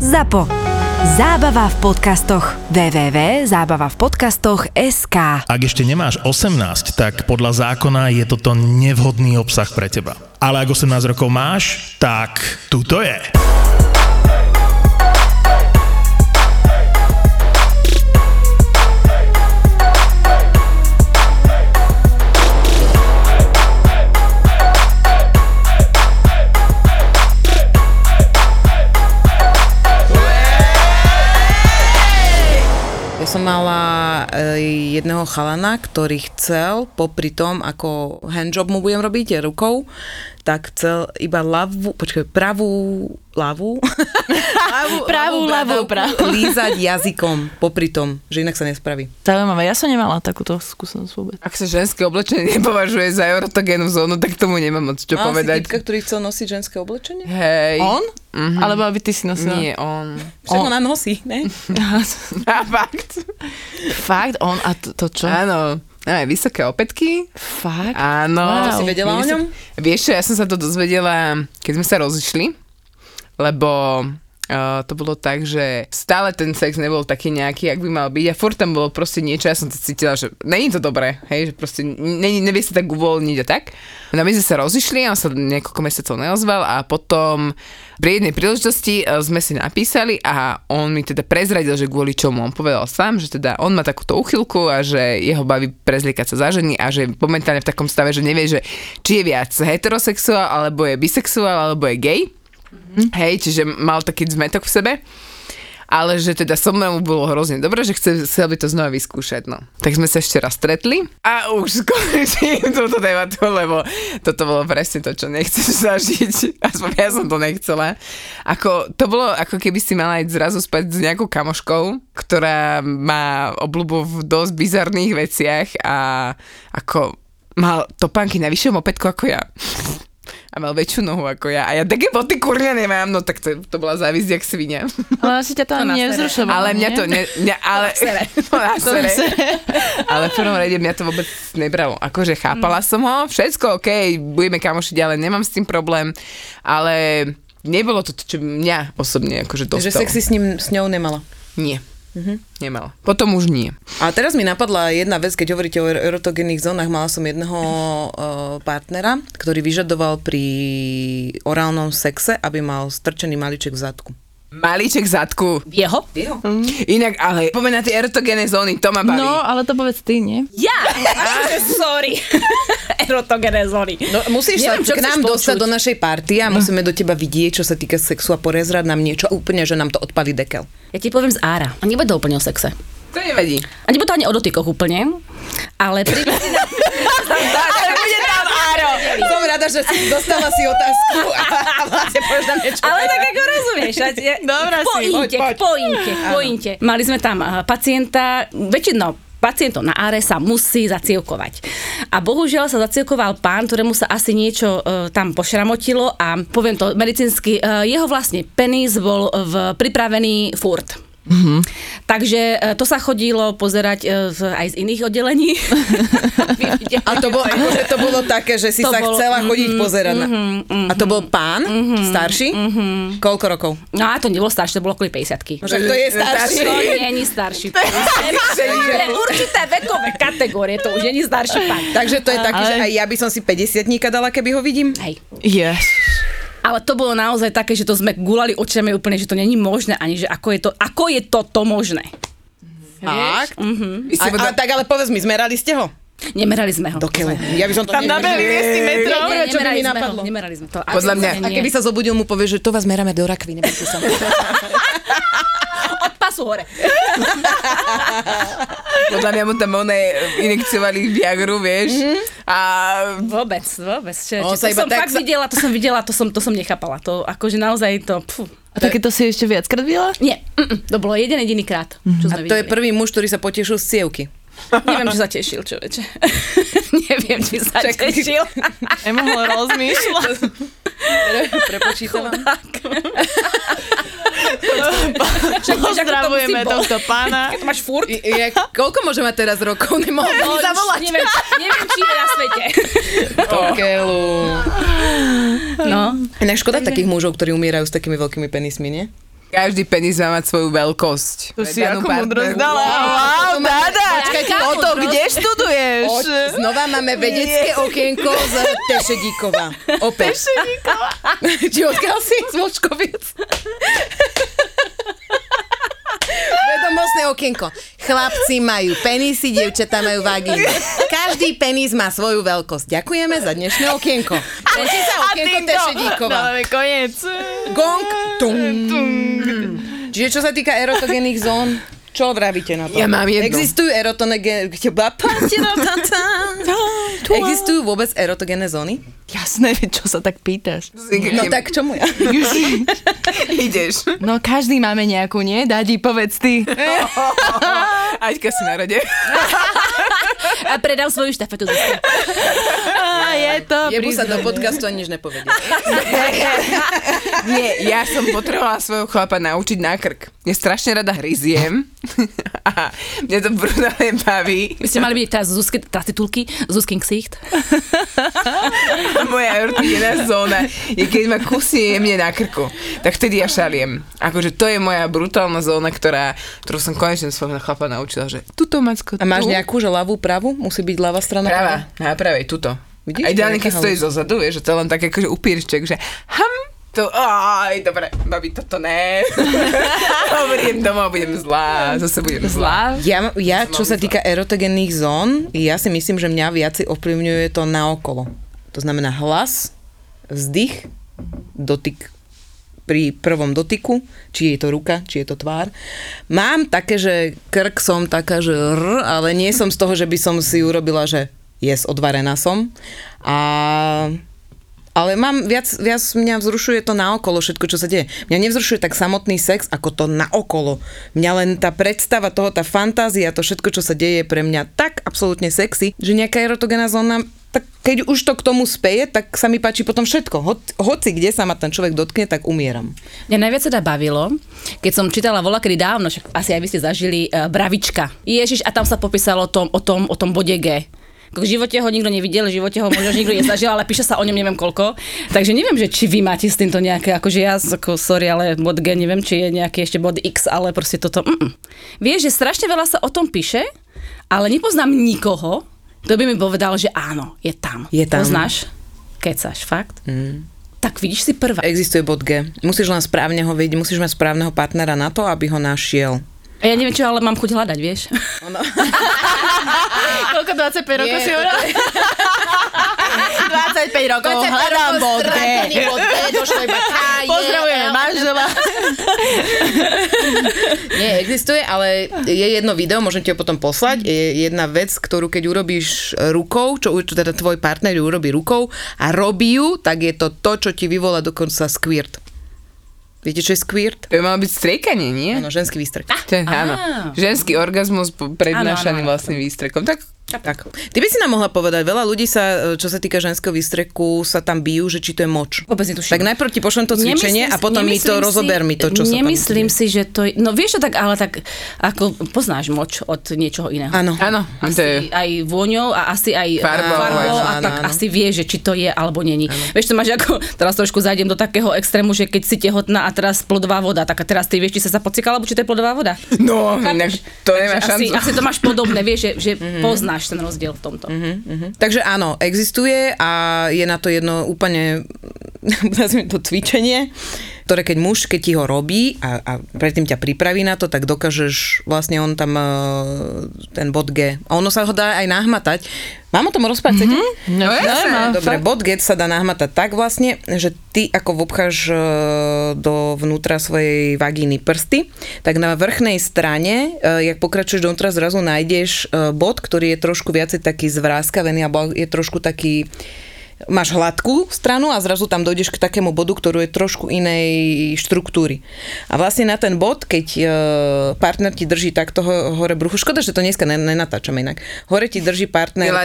ZAPO. Zábava v podcastoch. www.zábavavpodcastoch.sk. Ak ešte nemáš 18, tak podľa zákona je toto nevhodný obsah pre teba. Ale ak 18 rokov máš, tak tuto je. Ja som mala jedného chalana, ktorý chcel, popri tom, ako handjob mu budem robiť rukou, tak chcel iba pravú lízať jazykom popri tom, že inak sa nespraví. Zaujímavé, ja som nemala takúto skúsenosť vôbec. Ak sa ženské oblečenie nepovažuje za erotogénnu zónu, tak tomu nemám moc čo povedať. Si typka, ktorý chcel nosiť ženské oblečenie? Hej. On? Mm-hmm. Alebo aby ty si nosila? Nie, on. Však ona nosí, ne? A fakt. Fakt? On? A to čo? Áno. Aj vysoké opätky. Fakt? Áno. To si vedela o ňom? Vieš čo, ja som sa to dozvedela, keď sme sa rozišli, lebo to bolo tak, že stále ten sex nebol taký nejaký, jak by mal byť a furt tam bolo proste niečo, ja som sa cítila, že není to dobré, hej, že proste nevie sa tak uvoľniť a tak. No my sme sa rozišli, on sa niekoľko mesiacov neozval a potom pri jednej príležitosti sme si napísali a on mi teda prezradil, že kvôli čomu. On povedal sám, že teda on má takúto úchylku a že jeho baví prezliekať sa za ženy a že momentálne v takom stave, že nevie, že či je viac heterosexuál, alebo je bisexuál, alebo je gay. Hej, čiže mal taký zmetok v sebe, ale že teda so mnou bolo hrozne dobré, že chcel by to znova vyskúšať, no. Tak sme sa ešte raz stretli a už skončím túto debatu, lebo toto bolo presne to, čo nechceš zažiť, aspoň ja som to nechcela. To bolo ako keby si mala ísť zrazu spať s nejakou kamoškou, ktorá má obľubu v dosť bizarných veciach a ako mal topánky na vyššom opätku ako ja. A mal väčšiu nohu ako ja. A ja také boty kurňa nemám, no tak to bola závisť jak svinia. Ale asi ťa to ani nevzrušovalo, ale mňa to ale ale v prvom rade mňa to vôbec nebralo. Akože chápala som ho, všetko okej, budeme kamošiť, ale nemám s tým problém. Ale nebolo to, čo mňa osobne akože dostalo. Že sexy s ňou nemala? Nie. Nemala. Potom už nie. A teraz mi napadla jedna vec, keď hovoríte o erotogénnych zónach. Mala som jedného partnera, ktorý vyžadoval pri orálnom sexe, aby mal strčený malíček v zadku. Malíček v zadku? Jeho? Inak, ale poďme na tie erotogénne zóny, to ma baví. No, ale to povedz ty, nie? Ja! Sorry. Erotogénne zóny. No, musíš sa k nám dostať do našej party a musíme do teba vidieť, čo sa týka sexu a porezrať nám niečo úplne, že nám to odpalí dekel. Ja ti poviem z ára. A nebude to úplne o sexe. To nevadí. A nebude to ani o dotykoch úplne, ale pri... Som rada, že si dostala si otázku a vlastne povieš nám niečo. Ale tak ako rozumieš. Pointe. Mali sme tam pacienta, väčšinou pacientov na áre sa musí zacievkovať. A bohužiaľ sa zacievkoval pán, ktorému sa asi niečo tam pošramotilo a poviem to medicínsky, jeho vlastne penis bol pripravený furt. Mm-hmm. Takže to sa chodilo pozerať aj z iných oddelení. A to bolo také, že si sa chcela chodiť pozerať. A to bol pán? Starší? Koľko rokov? No a to nebolo starší, to bolo okolo 50-ky. Že to je starší? To nie je starší. Pre určité vekové kategórie to už nie je starší pán. Takže to je také, že aj ja by som si 50-tníka dala, keby ho vidím? Hej. Yes. Ale to bolo naozaj také, že to sme gulali očami úplne, že to není možné, ani že ako je to možné. Fakt? Tak ale povedz mi, zmerali ste ho? Nemerali sme ho. Do keľu. Ja by som to tam nabehli 200 metrov. Čo by mi napadlo? Nemerali sme to. Podľa mňa. A keby sa zobudil, mu povie, že to vás meráme do rakvy, nebojte sa. Od pasu hore. Podľa mňa mu tam injekciovali Viagru, vieš. A vôbec. To som videla, to som nechápala. To akože naozaj to... A takéto si ešte viackrát videla? Nie. To bolo jediný krát, čo sme videli. To je prvý muž, ktorý sa potešil z cievky. Neviem, či sa tešil, človeče. Neviem, či sa tešil. Nemohol rozmýšľať. Prepočítavam. Pozdravujeme tohto pána. Keď to máš furt. Koľko môže mať teraz rokov? Nemohol zavolať. Neviem, či je na svete. Tokeľu. No. Inak škoda takých mužov, ktorí umierajú s takými veľkými penismi, nie? Každý penis má mať svoju veľkosť. To si Danú ako partnerku. múdrosť dala. Wow, Dada, toto kde študuješ? Znova máme vedecké okienko z Tešedíkova. Opäť. Tešedíkova. Či odkiaľ si? Z Vočkoviec. Vedomostné okienko. Chlapci majú penisy, dievčatá majú vagíny. Každý penis má svoju veľkosť. Ďakujeme za dnešné okienko. Končí sa okienko Tešedíkova. Dáme koniec. Gong. Tung. Čiže čo sa týka erotogénnych zón, čo vravíte na to? Ja mám jednu. Existujú Existujú vôbec erotogénne zóny? Jasné, čo sa tak pýtaš. No tak čomu ja? Ideš. No každý máme nejakú, nie? Dadi, povedz ty. Aťka si na rade. A predám svoju štafetu zase. Je to Jebu sa do podcastu ani nič nepovedia. Nie, ja som potrebovala svojho chlapa naučiť na krk. Ja strašne rada hryziem. A mňa to brutálne baví. Vy ste mali byť teraz titulky, Zuzkin ksicht. A moja erotogénna zóna je, keď ma kusí jemne na krku. Tak vtedy ja šaliem. Akože to je moja brutálna zóna, ktorú som konečne svojho chlapa naučila, že tuto macko, A máš nejakú, že ľavú, pravú? Musí byť ľavá strana? Práva, na pravej, tuto. Vidíš, A ideálne, to je keď taká stojí zozadu, vieš, že to je len tak akože upírček, že to, dobre, babi, toto ne. Hovorím domov, budem zlá, zase budem zlá. Ja čo sa týka erotogénnych zón, ja si myslím, že mňa viac ovplyvňuje to naokolo. To znamená hlas, vzdych, dotyk pri prvom dotyku, či je to ruka, či je to tvár. Mám také, že krk som taká, že ale nie som z toho, že by som si urobila, že odvarená som. Ale mám viac mňa vzrušuje to naokolo všetko, čo sa deje. Mňa nevzrušuje tak samotný sex, ako to naokolo. Mňa len tá predstava toho, tá fantázia, to všetko, čo sa deje, je pre mňa tak absolútne sexy, že nejaká erotogénna zóna, tak keď už to k tomu speje, tak sa mi páči potom všetko. Hoci kde sa ma ten človek dotkne, tak umieram. Mňa najviac teda bavilo, keď som čítala voľakedy dávno, však asi aj vy ste zažili Bravička. Ježiš, a tam sa popísalo o tom bode G. V živote ho nikto nevidel, v živote ho možno nikto nezažil, ale píše sa o ňom neviem koľko. Takže neviem, že či vy máte s týmto nejaké, akože ja, sorry, ale bod G, neviem, či je nejaký ešte bod X, ale proste toto. Vieš, že strašne veľa sa o tom píše, ale nepoznám nikoho, kto by mi povedal, že áno, je tam. Je tam. Poznáš? Kecaš, fakt? Tak vidíš si prvá. Existuje bod G. Musíš len správne ho vedieť, musíš mať správneho partnera na to, aby ho našiel. A ja neviem, čo, ale mám chuť hľadať, vieš? Koľko 25 rokov si urobila? 25 rokov, hľadám bod G. Pozdravujeme manžela. Nie, existuje, ale je jedno video, môžem ti ho potom poslať. Je jedna vec, ktorú keď urobíš rukou, čo teda tvoj partner ju urobí rukou a robí ju, tak je to, čo ti vyvolá dokonca squirt. Viete, čo je squirt? To by malo byť striekanie, nie? Áno, ženský výstrek. Áno. Ženský orgazmus prednášaný vlastným výstrekom. Tak. Ty by si nám mohla povedať, veľa ľudí sa, čo sa týka ženského výstreku, sa tam bijú, že či to je moč. Vôbec netuším. Tak najprv ti pošlem to cvičenie a potom mi to rozober mi to, čo sa tam Nemyslím si, že to je, no vieš to tak, ale tak, ako poznáš moč od niečoho iného. Áno. Asi aj vôňou a asi aj farbou a tak asi vieš, že či to je alebo není. Vieš, to máš ako, teraz trošku zajdem do takého extrému, že keď si tehotná a teraz plodová voda, tak a teraz ty vieš, či sa zapocikala, alebo či to je plodová voda. No, inak to nemá šancu. Asi to máš podobné, vieš, že poznáš ten rozdiel v tomto. Takže áno, existuje a je na to jedno úplne nazvime to cvičenie, ktoré keď ti ho robí a predtým ťa pripraví na to, tak dokážeš vlastne on tam ten bod G. A ono sa ho dá aj nahmatať. Mám o tom rozprávať? No Dobre, bod G sa dá nahmatať tak vlastne, že ty ako vopcháš do vnútra svojej vagíny prsty, tak na vrchnej strane, jak pokračuješ dovnútra, zrazu nájdeš bod, ktorý je trošku viacej taký zvráskavený, alebo je trošku taký máš hladkú stranu a zrazu tam dojdeš k takému bodu, ktorú je trošku inej štruktúry. A vlastne na ten bod, keď partner ti drží takto hore brucho, škoda, že to dneska nenatáčame inak. Hore ti drží partner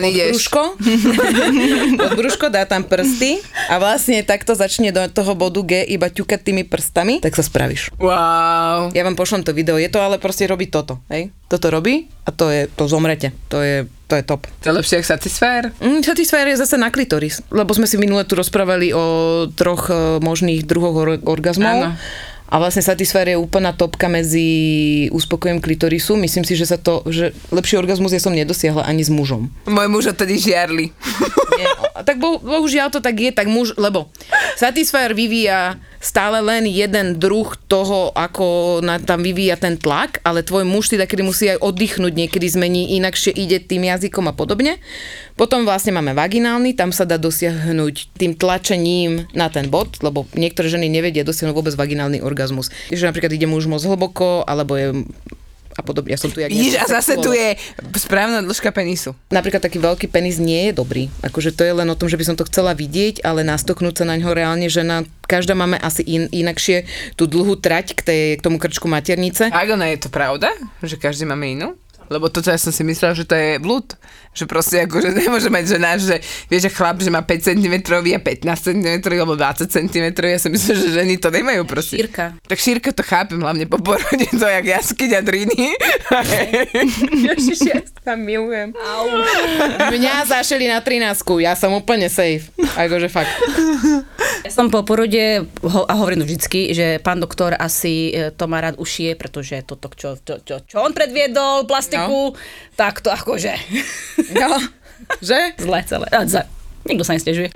pod brúško, dá tam prsty a vlastne takto začne do toho bodu G iba ťukať tými prstami, tak sa spravíš. Wow. Ja vám pošlem to video, je to ale proste robí toto, hej? Toto robí a to zomrete. To je top. To je lepšie ako Satisfyer? Satisfyer je zase na klitoris, lebo sme si minule tu rozprávali o 3 možných druhoch orgazmov. Áno. A vlastne Satisfyer je úplná topka medzi uspokojem klitorisu. Myslím si, že lepší orgazmus som nedosiahla ani s mužom. Môj muž odtedy žiarli. Nie, tak bohužiaľ to tak je, tak muž, lebo Satisfyer vyvíja stále len jeden druh toho, ako tam vyvíja ten tlak, ale tvoj muž teda kedy musí aj oddychnúť, niekedy zmení, inakšie ide tým jazykom a podobne. Potom vlastne máme vaginálny, tam sa dá dosiahnuť tým tlačením na ten bod, lebo niektoré ženy nevedia dosiahnuť vôbec vaginálny orgazmus. Že napríklad ide muž moc hlboko, alebo je a podobne. Ja som tu a zase tu je správna dĺžka penisu. Napríklad taký veľký penis nie je dobrý. Akože to je len o tom, že by som to chcela vidieť, ale nastoknúť sa na ňo reálne žena. Každá máme asi inakšie tú dlhú trať k tomu krčku maternice. A ona je to pravda? Že každý máme inú? Lebo toto ja som si myslela, že to je blúd. Že proste akože nemôže mať žena, že vieš, že chlap, že má 5 cm a 15 cm alebo 20 cm. Ja som myslela, že ženy to nemajú proste. Šírka. Tak šírka to chápem, hlavne po porode, to jak jaskyň a driny. Ježiš, ja sa milujem. Mňa zašili na 13, ja som úplne safe. Akože fakt. Ja som po porode a hovorím vždycky, že pán doktor asi to má rád ušie, pretože toto, čo on predviedol, plastiku, tak to akože... No, že? Zle celé. Nikto sa nestežuje.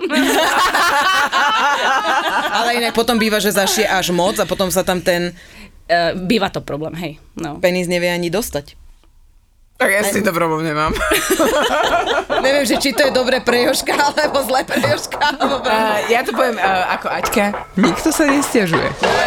Ale inak potom býva, že zašie až moc a potom sa tam ten... Býva to problém, hej. No. Penis nevie ani dostať. Tak ja si to problém nemám. Neviem, že či to je dobré pre Jožka, alebo zlé pre Jožka. Ja to poviem ako Aťka, nikto sa nestiažuje.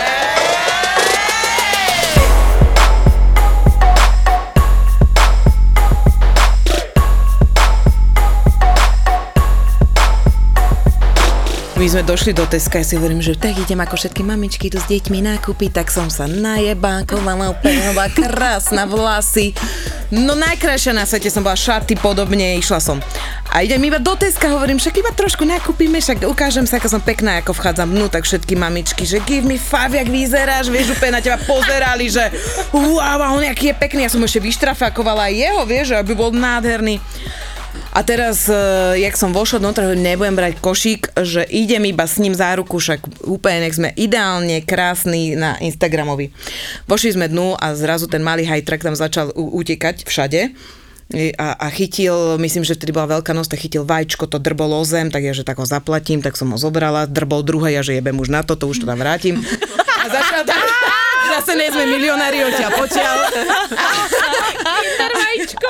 My sme došli do Teska, ja si hovorím, že tak idem ako všetky mamičky tu s deťmi nakúpiť, tak som sa najebánkovala, úplne bola krásna, vlasy. No najkrajšia na svete som bola, šaty podobne, išla som. A idem iba do Teska, hovorím, však iba trošku nakúpime, však ukážem sa, ako som pekná, ako vchádzam dnu, tak všetky mamičky, že give me five, jak vyzeráš, vieš, úplne na teba pozerali, že wow, on aký je pekný, ja som ešte vyštrafákovala aj jeho, vieš, aby bol nádherný. A teraz, jak som vošla dovnútra, nebudem brať košík, že idem iba s ním za ruku, však úplne nech sme ideálne krásni na Instagramovi. Vošli sme dnu a zrazu ten malý hajtrak tam začal utekať všade a chytil, myslím, že vtedy bola veľká noc, tak chytil vajíčko, to drbol o zem, tak ja, že tak ho zaplatím, tak som ho zobrala, drbol druhé, ja, že jebem už na to už to tam vrátim. A začal tam... Zase nie sme milionári odtiaľ potiaľ. Vajíčko.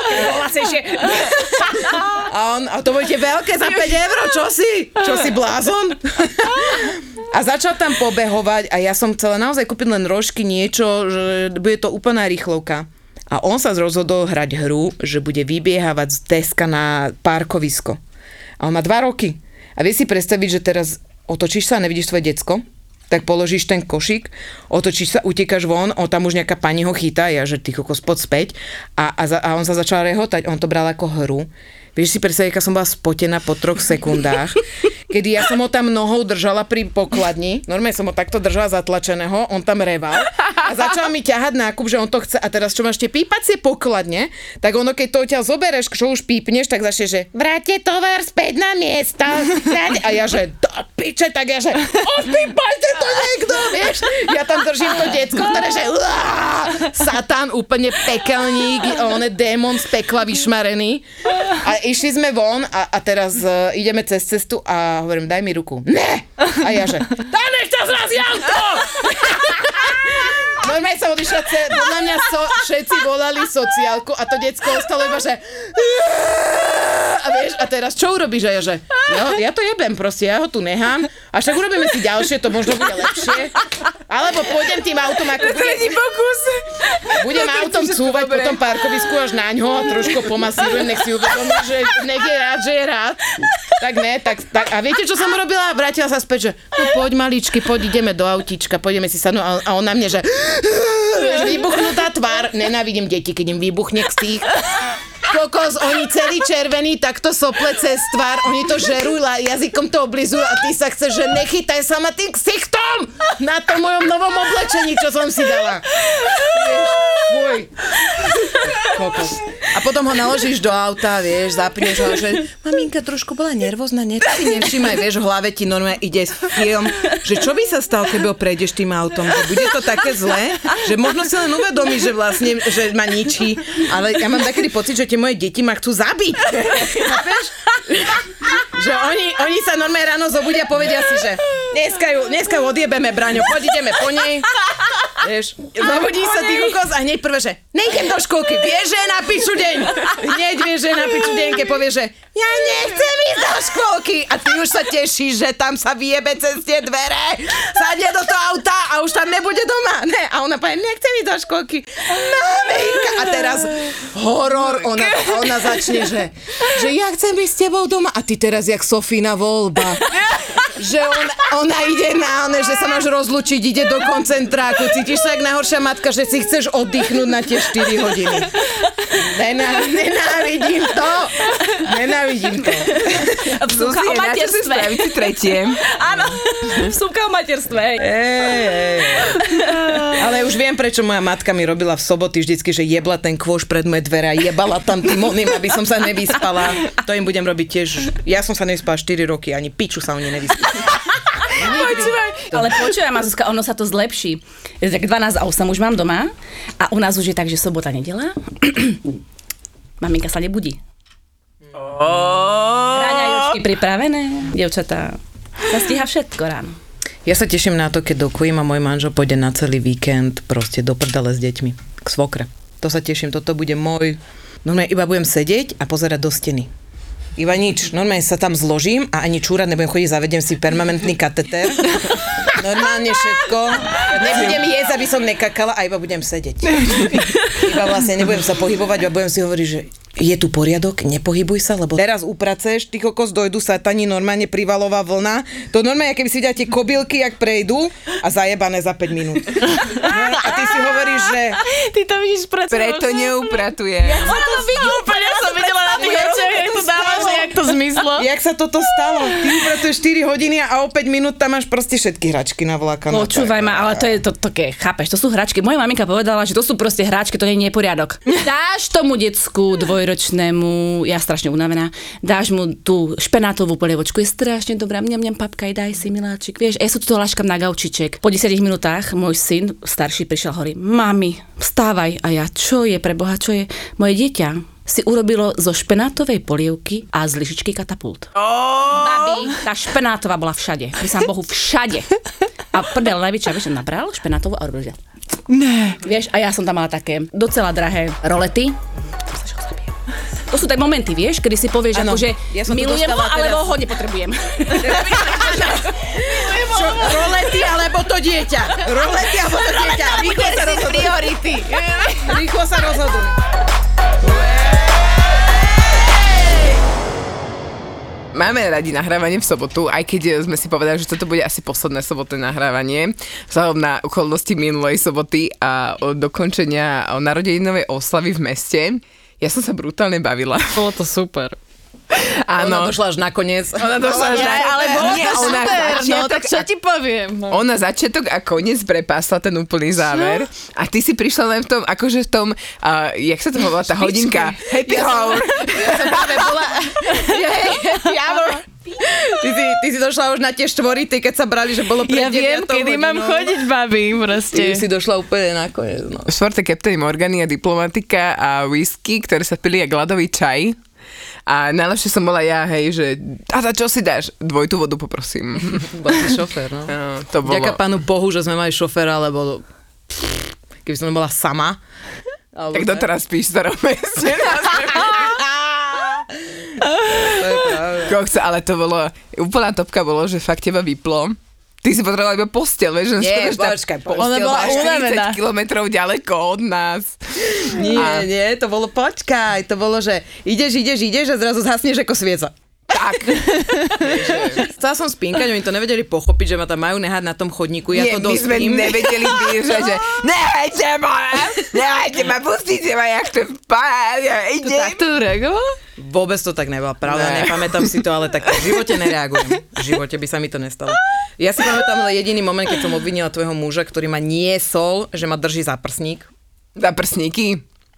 A to budete veľké za 5 €, čo si blázon? A začal tam pobehovať a ja som chcela naozaj kúpiť len rožky, niečo, že bude to úplná rýchlovka. A on sa rozhodol hrať hru, že bude vybiehávať z Teska na parkovisko. A on má 2 roky. A vieš si predstaviť, že teraz otočíš sa a nevidíš svoje decko? Tak položíš ten košík, otočíš sa, utekáš von, tam už nejaká pani ho chytá, ja, že ty kokos, poď späť a on sa začal rehotať, on to bral ako hru. Vieš si predstaviť, aká som bola spotená po 3 sekundách, kedy ja som ho tam nohou držala pri pokladni, normálne som ho takto držala zatlačeného, on tam reval a začal mi ťahať nákup, že on to chce a teraz čo máš tie pípacie pokladne, tak ono keď to odtiaľ zobereš, čo už pípneš, tak začne, že vráťte tovar späť na miesto. A ja, že do piče, tak ja, že odpípajte to niekto, vieš. Ja tam držím to decko, ktoré, že Satan, úplne pekelník, on je démon z pekla vyšmarený. A išli sme von a teraz ideme cez cestu a hovorím, daj mi ruku. Ne! A ja, že tam nechťa zrazí auto! Normálne som odišla, podľa mňa všetci volali sociálku a to decko ostalo iba, že a vieš, a teraz čo urobíš? A ja, že ja to jebem proste, ja ho tu nechám a však urobíme si ďalšie, to možno bude lepšie. Alebo pôjdem tým autom, ako budem autom cúvať po tom parkovisku až na ňo a trošku pomasírujem, nech si uvedomí, že nech je rád, že je rád. Tak ne, tak a viete, čo som urobila? Vrátila sa späť, že no poď maličky, poď, ideme do autíčka, pôjdeme si sadnúť a on na mne, že vybuchnutá tvár, nenávidím deti, keď im vybuchne ksích. Kokos, oni celý červený, takto sople cez tvár, oni to žerujú, jazykom to oblizujú a ty sa chceš, že nechytaj sa ma tým ksichtom na tom mojom novom oblečení, čo som si dala. Fuj. A potom ho naložíš do auta, vieš, zapneš ho, že maminka trošku bola nervózna, si nevšímaj, vieš, v hlave ti normálne ide film, že čo by sa stalo, keby ho prejdeš tým autom, že bude to také zlé, že možno si len uvedomíš, že vlastne, že ma ničí, ale ja mám taký pocit, že tie moje deti ma chcú zabiť. Chápeš? Že oni sa normálne ráno zobudia a povedia si, že dneska ju odjebeme, Braňo, poď ideme po nej. Vieš, zobudí sa ty kokos a hneď prvé, že nejdem do školky, vieš, že je na piču deň. Hneď vieš, že je na piču deň, keď povie, že ja nechcem ísť do školky. A ty už sa tešíš, že tam sa vyjebe cez tie dvere, sadne do toho auta a už tam nebude doma. Ne, a ona povie, nechcem ísť do školky. Maminka. A teraz horor, ona začne, že ja chcem byť s tebou doma. A ty teraz jak Sofína voľba. Že ona ide že sa máš rozlučiť, ide do koncentráku. Cítiš sa jak najhoršia matka, že si chceš oddychnúť na tie 4 hodiny. Nenávidím to. Vsúka o materstve. Spraviť si tretie. Áno, vsúka o materstve. Ale už viem, prečo moja matka mi robila v soboty vždycky, že jebla ten kôš pred moje dvere a jebala tam tým oným, aby som sa nevyspala. To im budem robiť tiež. Ja som sa nevyspala 4 roky, ani piču sa oni nevyspala. Ale počúvaj ma, Zuzka, ono sa to zlepší. Tak 12 a 8 už mám doma a u nás už je tak, že sobota, nedela. Maminka sa nebudí. Raňajúčky pripravené, dievčatá. Sa stíha všetko ráno. Ja sa teším na to, keď dokujím a môj manžel pôjde na celý víkend proste do prdele s deťmi. K svokre. To sa teším, toto bude môj... Normálne iba budem sedieť a pozerať do steny. Iba nič. Normálne sa tam zložím a ani čúrať nebudem chodiť, zavediem si permanentný kateter. Normálne všetko. Nebudem jesť, aby som nekakala a iba budem sedieť. Iba vlastne nebudem sa pohybovať a budem si hovoriť, že je tu poriadok, nepohybuj sa, lebo teraz upraceš, ty kokos, dojdu satani, normálne privalová vlna. To normálne, keby si dá tie kobylky, jak prejdú a zajebané za 5 minút. A ty si hovoríš, že... Ty to vidíš Preto neupratuje. Ona to vidí úplne, som videla na tých očiach, jak to dávaš, jak to zmizlo. Jak sa toto stalo? Ty upratuješ 4 hodiny a o 5 minút tam máš proste všetky hračky navlákané. Počúvaj ma, ale to je to keď chápeš, to sú hračky. Moja maminka povedala, že to sú proste hračky, to nie je poriadok. Dáš tomu decku dvojročnému, ja strašne unavená, dáš mu tú špenátovú polievočku, je strašne dobrá, mňam, papkaj, daj si, miláčik, vieš, ja sú tu laškam na gaučiček. Po 10 minútach môj syn, starší, prišiel hovorí, mami, vstávaj, a ja, čo je pre Boha, čo je? Moje dieťa si urobilo zo špenátovej polievky a z lyžičky katapult. Babi, tá špenátová bola všade. Myslím Bohu, všade. A prdel najväčšia, vieš, nabral špenátovú a urobil. Ne. Vieš, a ja som tam mala také docela drahé rolety. To sú tak momenty, vieš, kedy si povieš, akože ja milujem ho, alebo ho nepotrebujem. Čo, rolety alebo to dieťa? Rolety alebo to dieťa? Rýchlo sa rozhoduj. Priority. Rýchlo sa rozhoduj. Máme radi nahrávanie v sobotu, aj keď sme si povedali, že toto bude asi posledné sobotné nahrávanie, vzhľadom na okolnosti minulej soboty a od dokončenia narodeninovej oslavy v meste. Ja som sa brutálne bavila. Bolo to super. Áno. Ona došla až nakoniec. Ale bolo to super, no tak čo ti poviem? No. Ona začiatok a koniec prepásla ten úplný záver. A ty si prišla len v tom, akože v tom, jak sa to volá tá hodinka? Happy hour. Ja som práve bola... Ty si došla už na tie štvority, keď sa brali, že bolo pred 9 Ja viem, kedy mám chodiť, babi, proste. Ty si došla úplne nakoniec, no. Štvrté Captain Morgany a diplomatika a whisky, ktoré sa pili jak ľadový čaj. A najlepšie som bola ja, hej, že tata, čo si dáš? Dvojitú vodu poprosím. Bol si šofér, no. To bolo. Ďaká pánu Bohu, že sme mali šoféra, lebo keby som bola sama. Tak doteraz spíš v starom meste. Koksa, ale to bolo, úplná topka bolo, že fakt teba vyplo. Ty si potrebovala iba posteľ, vieš, že počkaj, posteľ bola 40 kilometrov ďaleko od nás. Nie, to bolo počkaj, to bolo, že ideš a zrazu zhasneš ako svieca. Tak. Chcela som spínkať, oni to nevedeli pochopiť, že ma tam majú nehať na tom chodníku, ja to dospím. My sme nevedeli bížať, že nehajte ma, pustite ma, jak to spáť, ja idem. Tak to reagovala? Vôbec to tak nebola, pravda, nepamätám si to, ale tak v živote nereagujem. V živote by sa mi to nestalo. Ja si pamätám jediný moment, keď som obvinila tvojho muža, ktorý ma niesol, že ma drží za prsník. Za prsníky?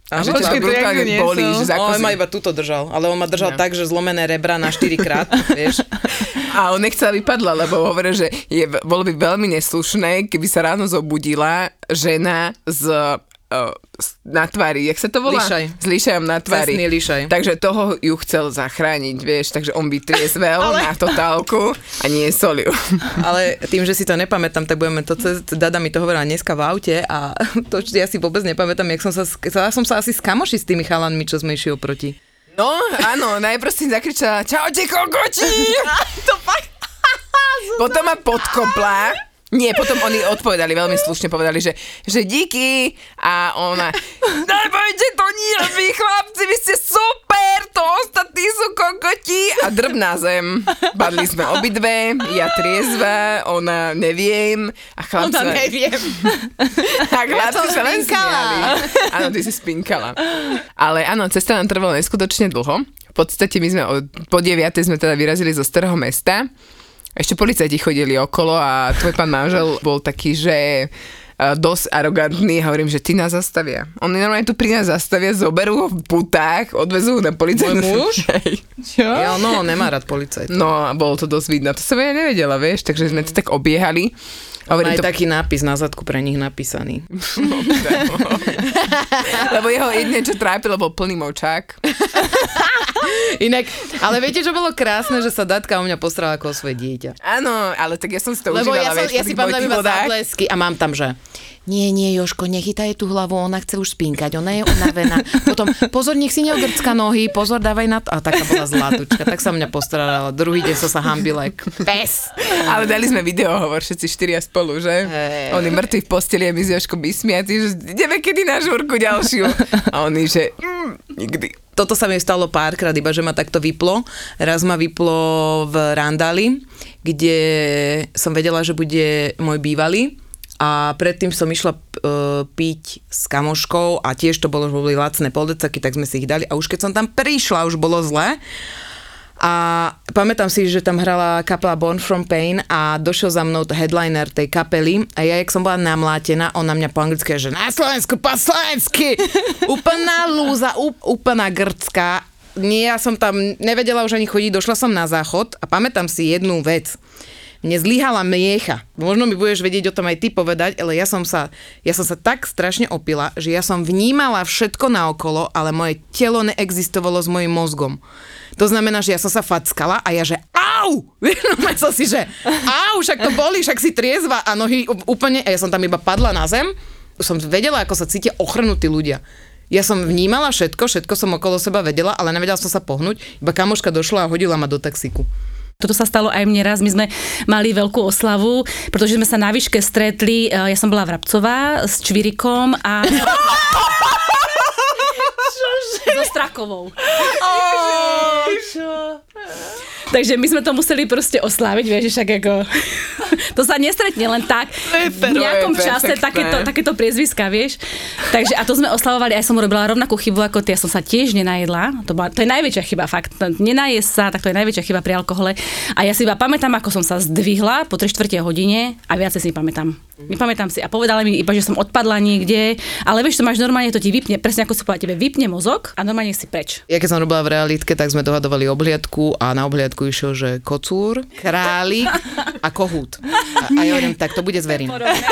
A že ťa brutálne bolí, že on ma iba tuto držal, ale on ma držal tak, že zlomené rebra na 4-krát, vieš. A on nechcel vypadla, lebo hovorí, že bolo by veľmi neslušné, keby sa ráno zobudila žena na tvári, jak sa to volá? Lišaj. S lišajom na tvári. Cestný lišaj. Takže toho ju chcel zachrániť, vieš, takže on by triezvel na totálku a nie soliu. Ale tým, že si to nepamätám, tak budeme to Dada mi to hovorila dneska v aute a to ja si vôbec nepamätám, jak som sa asi skamoši s tými chalanmi, čo sme išli oproti. No, áno, najprv si zakričala, čaute kokoti! To fakt. Potom ma podkopla. Nie, potom oni odpovedali, veľmi slušne povedali, že díky a ona nebojte to nie, vy chlapci, vy ste super, to ostatní sú kokoti a drb na zem. Padli sme obidve, ja triezva, ona neviem a chlapci... Ona neviem. A chlapci sa len smiali. Áno, ty si spinkala. Ale áno, cesta nám trvala neskutočne dlho. V podstate my sme po 9. sme teda vyrazili zo Starého Mesta. Ešte policajti chodili okolo a tvoj pán manžel bol taký, že dosť arogantný a hovorím, že ty nás zastavia. Oni normálne tu pri nás zastavia, zoberú ho v putách, odvezú ho na policajtnú. Môj muž? Čo? Ja, no, nemá rád policajtov. No a bolo to dosť vidno. To som ja nevedela, vieš, takže sme to tak obiehali. Hovorím, aj taký nápis na zadku pre nich napísaný. Lebo jeho jedine, čo trápilo, bol plný močák. Inak, ale viete, čo bolo krásne, že sa Datka o mňa postarala ako o svoje dieťa. Áno, ale tak ja som si to lebo užívala, ja si pamätám iba záblesky a mám tam, že nie, Jožko, nechytaj tú hlavu, ona chce už spínkať, ona je unavená. Potom, pozor, nech si neogrcka nohy, pozor, dávaj na to. A taká bola zlatučka, tak sa mňa postarala. Druhý deň som sa hambila, pes. Ale dali sme videohovor, všetci 4 spolu, že? Oni mŕtvi v posteli a my s Jožkom vysmiatí, že ideme kedy na žúrku ďalšiu. A oni, že nikdy. Toto sa mi stalo párkrát, iba že ma takto vyplo. Raz ma vyplo v Randali, kde som vedela, že bude môj bývalý. A predtým som išla piť s kamoškou a tiež to boli lacné poldecaky, tak sme si ich dali. A už keď som tam prišla, už bolo zle. A pamätám si, že tam hrala kapela Born From Pain a došiel za mnou headliner tej kapely a ja, jak som bola namlátená, on na mňa po anglicky, že na Slovensku po slovensky, úplná lúza, úplná grcká. Nie, ja som tam nevedela už ani chodiť, došla som na záchod a pamätám si jednu vec. Mne zlyhala mliecha. Možno mi budeš vedieť o tom aj ty povedať, ale ja som sa tak strašne opila, že ja som vnímala všetko naokolo, ale moje telo neexistovalo s mojím mozgom. To znamená, že ja som sa fackala a ja, že au! Vieš, som si, že au, však to bolí, však si triezva a nohy úplne, a ja som tam iba padla na zem. Som vedela, ako sa cítia ochrnutí ľudia. Ja som vnímala všetko som okolo seba vedela, ale nevedela som sa pohnúť. Iba kamoška došla a hodila ma do taxíku. Toto sa stalo aj mne raz, my sme mali veľkú oslavu, pretože sme sa na výške stretli, ja som bola Vrabcová s Čvirikom a... so Strakovou. Takže my sme to museli proste osláviť, vieš, však ako... to sa nestretne len tak v nejakom čase takéto priezviska, vieš. Takže a to sme oslavovali, aj som robila rovnakú chybu ako ty, ja som sa tiež nenajedla. To je najväčšia chyba, fakt. Nenajesť sa, tak to je najväčšia chyba pri alkohole. A ja si iba pamätám, ako som sa zdvihla po 3/4 hodine a viacej si nepamätám. Nepamätám si a povedala mi iba, že som odpadla niekde, ale vieš, to máš normálne, to ti vypne, presne ako si povedala, tebe vypne mozog a normálne si preč. Ja keď som robila v realitke, tak sme dohadovali obhliadku a na obhliadku išiel, že kocúr, králik a kohút. A ja hovorím, tak to bude zverím.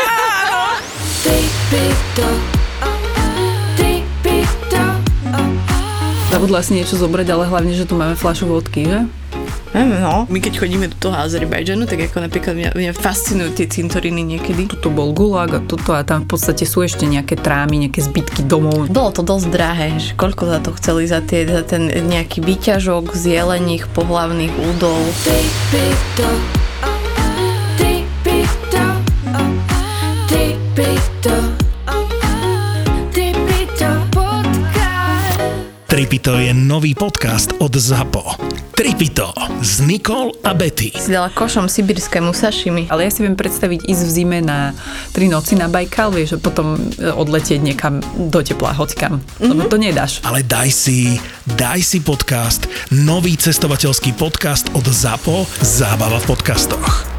Zabudla si niečo zobrať, ale hlavne, že tu máme fľašu vodky, že? No. My keď chodíme do toho Azerbajdžanu, tak ako napríklad mňa fascinujú tie cintoriny niekedy. Tuto bol gulag a toto a tam v podstate sú ešte nejaké trámy, nejaké zbytky domov. Bolo to dosť drahé, že koľko za to chceli za ten nejaký výťažok z jelených pohlavných údov. Tripito je nový podcast od ZAPO. Tripito s Nikol a Betty. Si dala košom sibirskému sašimi. Ale ja si viem predstaviť ísť v zime na 3 noci na Bajkal, vieš, a potom odletieť niekam do tepla, hocikam. Lebo to nedáš. Ale daj si podcast, nový cestovateľský podcast od ZAPO, Zábava v podcastoch.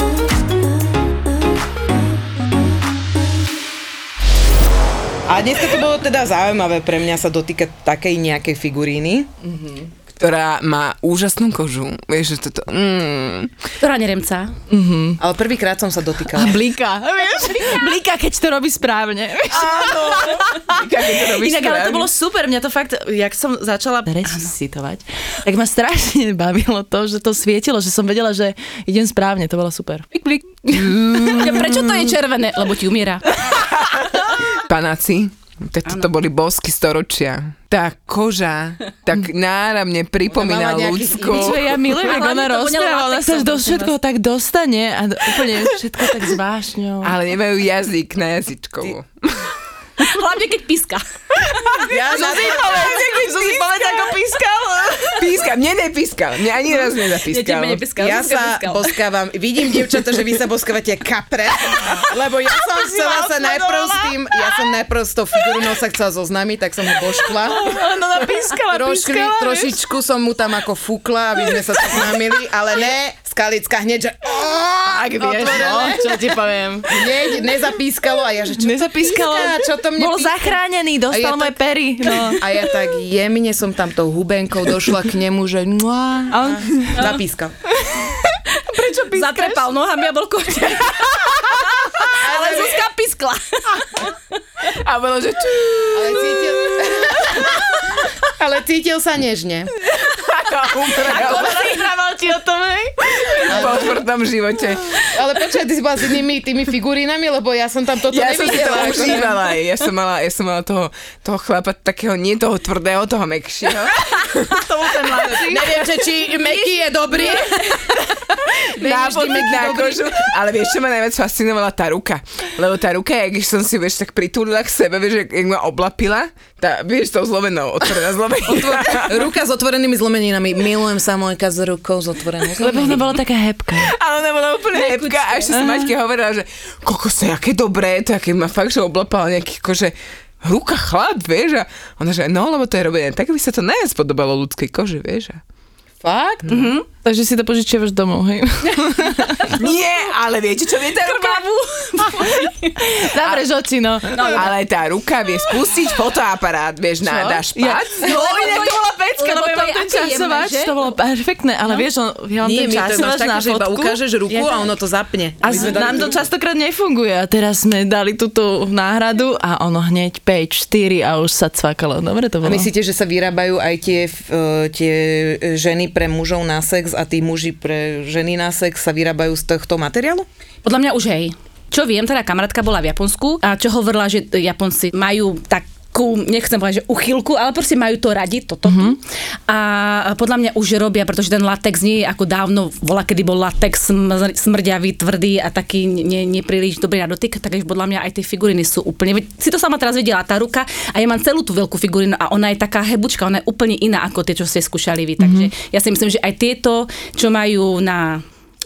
A dneska to bolo teda zaujímavé pre mňa sa dotýkať takej nejakej figuríny. Ktorá má úžasnú kožu. Vieš, že toto... Ktorá neremca. Ale prvýkrát som sa dotýkala. Blíka. Blíka, keď to robí správne. Áno. Keď to robíš Inak, ale to správne. bolo super. Mňa to fakt, jak som začala resuscitovať, tak ma strašne bavilo to, že to svietilo, že som vedela, že idem správne. To bolo super. Blik. Prečo to je červené? Lebo ti umiera. Panáci. Toto boli bosky storočia. Tá koža tak náramne pripomína Ona mala nejaký ľudskú. Čo ja milujem, ako ona Hlavne to voňalo rozpráva, ona sa latexom, do prosím všetko vás. tak dostane a úplne všetko tak s vášňou. Ale nemajú jazyk na jazyčkovo. Hlavne keď píska. Ja na to... Som si povedal, ako pískal. Píska, mne nepískal. Mne ani raz nezapískal. Ja sa boskávam. Vidím, dievčatá, že vy sa boskávate kapre, lebo ja som chcela sa najprv s tým, ja som najprv s tou figurínou sa chcela zoznámiť, tak som ho boškla. Ona pískala. Trošičku som mu tam ako fúkla, aby sme sa zoznámili, ale ne, Skalická hneď, že Ak vieš, no, čo ti poviem. hneď nezapískalo a ja, že čo Nezapískalo. píska, čo to mne Bol píska? zachránený, dostal A ja moje pery. No. A ja tak jemne som tam tou hubenkou došla k nemu, že zapískal. Prečo pískaš? Zatrepal nohami a bol koťa. Ale Zuzka pískla. A bolo, že Ale cítil sa nežne. Rozprával ti o tom, hej? po tvrdom živote. Ale počkaj, ty si bola s inými tými figurínami, lebo ja som tam toto Ja som si to nevidela. užívala. Ja som mala toho chlapa takého, nie toho tvrdého, toho mekšieho. Neviem, že či Meky je dobrý. Nápod na kožu. Ale vieš, čo ma najviac fascinovala? Tá ruka. Lebo tá ruka, jak som si, vieš, tak pritúlila k sebe, vieš, jak ma oblapila, vieš, tou zlomenou, otvorená zlomenina. Ruka s otvorenými zlomeninami. Milujem sa Mojka s rukou s otvorenou Lebo ona zlomeninou. bola taká hebká. Ale ona bola úplne hebká a ešte som Maťke hovorila, že kokose, aké dobré, to aké ma fakt, že oblapala nejaký akože ruka chlap, vieš, a ona, že no, lebo to je robené tak, aby sa to najviac podobalo ľudskej koži, vieš. Fakt? Takže si to požičiavaš domov, hej? Nie, ale viete, čo vie tá ruka? Zavreš oči, no. Ale tá ruka vie spustiť fotoaparát, vieš, na špác. No, inak to bola pecka, Lebo lebo ja to mám je ten aké jemné, časovač, že? to bolo perfektné, ale vieš, ja mám Nie, ten my to máš časovač také, na že iba fotku. ukážeš ruku a ono to zapne. A nám to častokrát nefunguje a teraz sme dali túto náhradu a ono hneď 5, 4 a už sa cvakalo. Dobre to A bolo. myslíte, že sa vyrábajú aj tie ženy pre mužov na sex a tí muži pre ženy na sex sa vyrábajú z tohto materiálu? Podľa mňa už hej. Čo viem, teda kamarátka bola v Japonsku a čo hovorila, že Japonci majú takú, nechcem povedať, že uchylku, ale proste majú to radi, toto. A podľa mňa už robia, pretože ten latex nie je ako dávno, bola, kedy bol latex smrďavý, tvrdý a taký nepríliš dobrý na dotyk, takže podľa mňa aj tie figuriny sú úplne, si to sama teraz videla, tá ruka a ja mám celú tú veľkú figurínu a ona je taká hebučka, ona je úplne iná ako tie, čo ste skúšali vy, takže ja si myslím, že aj tieto, čo majú na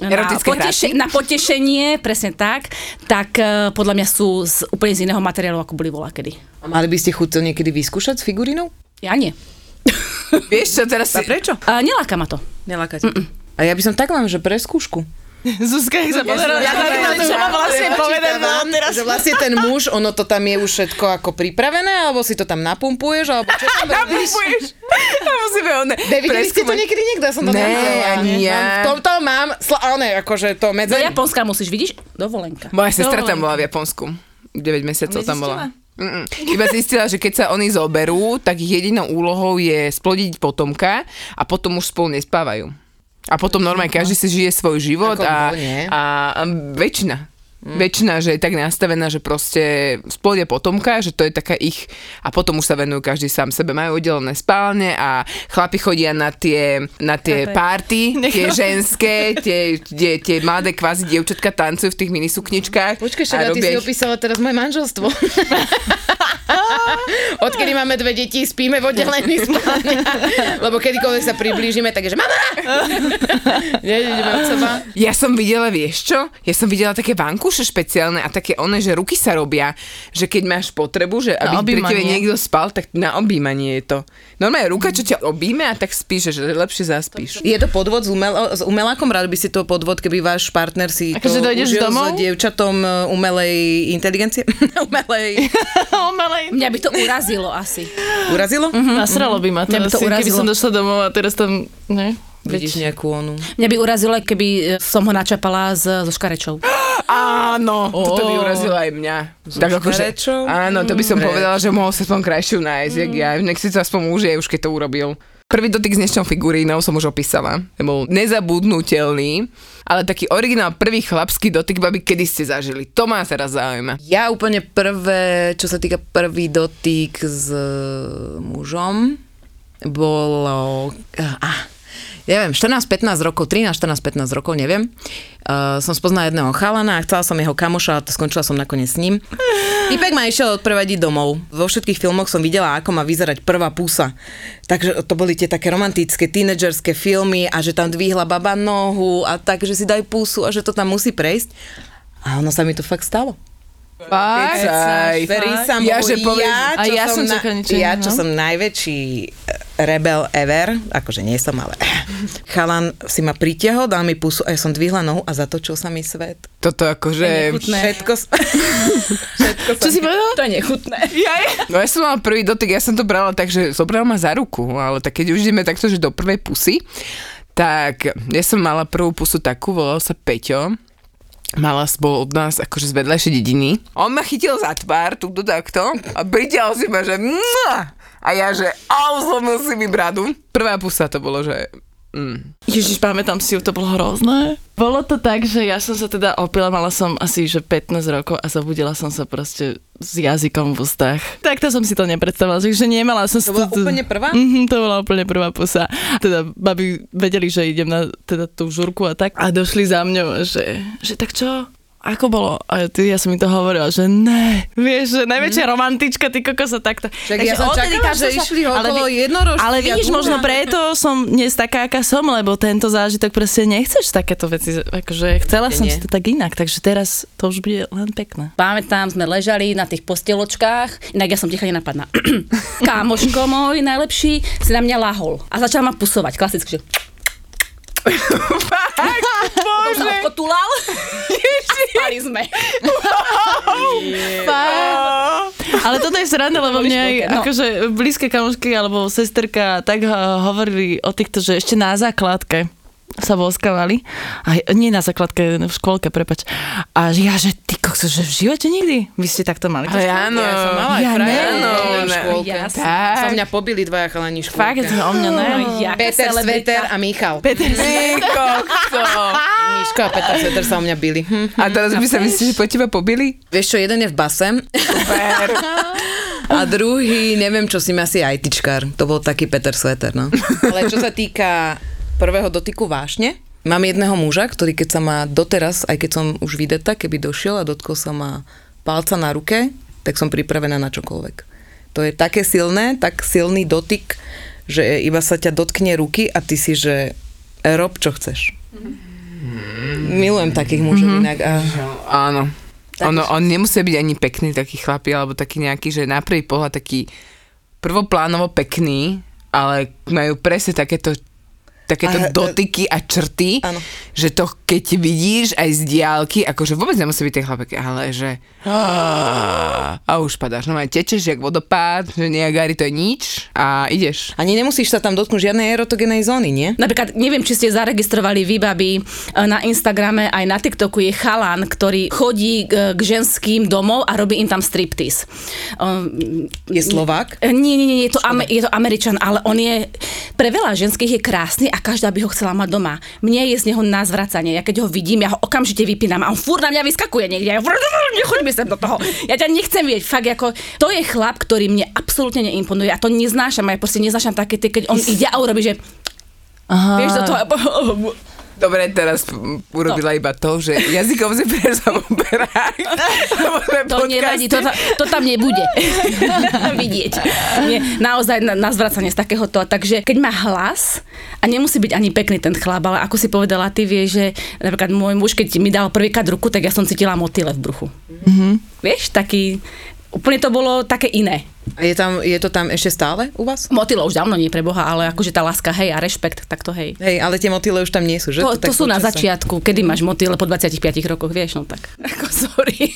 potešenie, presne tak podľa mňa sú úplne z iného materiálu, ako boli volakedy. A mali by ste chuť to niekedy vyskúšať s figurínou? Ja nie. Vieš čo, teraz si... Prečo? Neláka ma to. Nelákate. A ja by som tak mám, že pre skúšku. Zuzka, jak sa pozerala, čo ma vlastne povedala teraz. Že vlastne ten muž, ono to tam je už všetko ako pripravené, alebo si to tam napumpuješ, alebo čo tam robíš? A musíme Videli ste to niekedy niekto? Ja som to nevidela. ani ja. V tomto mám, akože to Do medze... Japonska musíš, vidíš? Dovolenka. Moja sestra tam bola v Japonsku. 9 mesiacov tam bola. Iba zistila, že keď sa oni zoberú, tak ich jedinou úlohou je splodiť potomka a potom už spolu nespávajú. A potom normálne každý si žije svoj život Ako a väčšina, že je tak nastavená, že proste splodia potomka, že to je taká ich a potom už sa venujú každý sám sebe. Majú oddelené spálne a chlapi chodia na tie party, tie ženské, tie mladé kvázi dievčatka tancujú v tých minisukničkách. Počkaj, však ty si opísala teraz moje manželstvo. Odkedy máme 2 deti, spíme v oddelených spálniach. Lebo kedykoľvek sa priblížime, tak je, že mama! Ideme od seba. Ja som videla, vieš čo? Ja som videla také vankúše špeciálne a také že ruky sa robia, že keď máš potrebu, že aby pri tebe niekto spal, tak na objímanie je to. Normálne ruka, čo ťa obíme a tak spíš, že lepšie zaspíš. Je to podvod s umelákom? Rád by si to podvod, keby váš partner si to užil s dievčatom umelej inteligencie? Umelej. Mňa by to urazilo asi. Urazilo? Nasralo by ma to, Mňa by to asi, keby urazilo. som došla domov a teraz tam, ne? Vidíš nejakú onu. Mňa by urazilo, keby som ho načapala so škarečou. Áno, toto by urazilo aj mňa. Tak akože, áno, to by som povedala, že mohol sa aspoň krajšiu nájsť, jak ja. Nech si to aspoň užije, už keď to urobil. Prvý dotyk s dnešnou figurínou som už opísala. Bol nezabudnutelný, ale taký originál prvý chlapský dotyk, babi, kedy ste zažili? To ma teraz zaujíma. Ja úplne prvé, čo sa týka prvý dotyk s mužom, bolo... neviem, 14-15 rokov, 13-14-15 rokov, neviem. Som spoznala jedného chalana a chcela som jeho kamoša a skončila som nakoniec s ním. Týpek ma išiel odprevadiť domov. Vo všetkých filmoch som videla, ako má vyzerať prvá pusa. Takže to boli tie také romantické, tínedžerské filmy a že tam dvihla baba nohu a tak, že si daj pusu a že to tam musí prejsť. A ono sa mi to fakt stalo. Ja som najväčší rebel ever, akože nie som, ale chalan si ma pritiahol, dal mi pusu a ja som dvihla nohu a zatočil sa mi svet. Toto akože... Všetko Čo si povedal? To je nechutné. No ja som mala prvý dotyk, ja som to brala tak, že zobral ma za ruku, ale tak keď už ideme takto, že do prvej pusy, tak ja som mala prvú pusu takú, volal sa Peťo. Bol od nás akože z vedľajšej dediny. On ma chytil za tvár, túto takto, a pritiahol si ma, že a ja, že zlomil si mi bradu. Prvá pusa to bolo, že Ježiš, pamätám si ju, to bolo hrozné. Bolo to tak, že ja som sa teda opila, mala som asi že 15 rokov a zabudila som sa proste s jazykom v ústach. Takto som si to nepredstavila, že nemala som si to... bola úplne prvá? To bola úplne prvá pusa. Teda babi vedeli, že idem na teda tú žurku a tak. A došli za mňou, že tak čo? Ako bolo? A ja som mi to hovorila, že ne. Vieš, že najväčšia romantička, ty kokosa takto. Však ja som čakala, že išli okolo jednorožci. Ale vidíš, možno preto som dnes taká, aká som, lebo tento zážitok proste nechceš takéto veci. Akože chcela som si to tak inak, takže teraz to už bude len pekné. Pamätám, sme ležali na tých postieločkách, inak ja som ticha nenapadná. Kámoško môj najlepší si na mňa lahol a začal ma pusovať, klasicky, že... Bože. Sa potulal. Spali sme. Ale toto je sranda, lebo mne aj akože blízke kamošky alebo sesterka tak hovorili o týchto, že ešte na základke sa boskávali. Nie na základke, v škôlke, prepač. A ja, že ty kokso, že v živote nikdy? Vy ste takto mali? Áno. Ja som mala aj frajerku v škôlke. Sa mňa pobili dvaja chalani v škôlke. Fakt, o mňa ne. Peter Sveter a Michal. Miško a Peter Sveter sa o mňa bili. A teraz by sa myslíš, že po teba pobili? Vieš čo, jeden je v base. Super. A druhý, neviem čo, si mi asi ITčkár. To bol taký Peter Sveter, no. Ale čo sa týka prvého dotyku vášne, mám jedného muža, ktorý keď sa ma doteraz, aj keď som už vydeta, keby došiel a dotkol sa ma palca na ruke, tak som pripravená na čokoľvek. To je také silné, tak silný dotyk, že iba sa ťa dotkne ruky a ty si, že rob, čo chceš. Milujem takých mužov inak. Áno. On nemusí byť ani pekný taký chlapí, alebo taký nejaký, že na prvý pohľad taký prvoplánovo pekný, ale majú presne takéto dotyky a črty, že to keď vidíš aj z diálky, akože vôbec nemusí byť ten chlapek, ale že a už padáš, no aj tečeš jak vodopád, že Niagary to je nič a ideš. Ani nemusíš sa tam dotknúť žiadnej erotogenej zóny, nie? Napríklad, neviem, či ste zaregistrovali vy, babi, na Instagrame aj na TikToku je chalan, ktorý chodí k ženským domov a robí im tam striptease. Je Slovák? Nie, je to Američan, ale on je, pre veľa ženských je krásny a každá by ho chcela mať doma. Mne je z neho na zvracanie. Ja keď ho vidím, ja ho okamžite vypínam a on furt na mňa vyskakuje niekde. Nechoď mi sem do toho. Ja ťa nechcem vidieť. Fakt ako, to je chlap, ktorý mne absolútne neimponuje a to neznášam. Ja proste neznášam také, keď on ide a urobí, že vieš do toho. Dobre, teraz urobila iba to, že jazykom si prezaoberá. To nevadí, to tam nebude vidieť. Nie, naozaj na zvracanie z takéhoto. Takže keď má hlas a nemusí byť ani pekný ten chlap, ale ako si povedala, ty vieš, že napríklad môj muž, keď mi dal prvýkrát ruku, tak ja som cítila motýle v bruchu. Vieš, taký, úplne to bolo také iné. A je to tam ešte stále u vás? Motýle už dávno nie pre Boha, ale akože tá láska, hej, a rešpekt, tak to hej. Hej, ale tie motýle už tam nie sú, že? To sú na začiatku, kedy máš motýle po 25 rokoch, vieš, no tak. Ako sorry.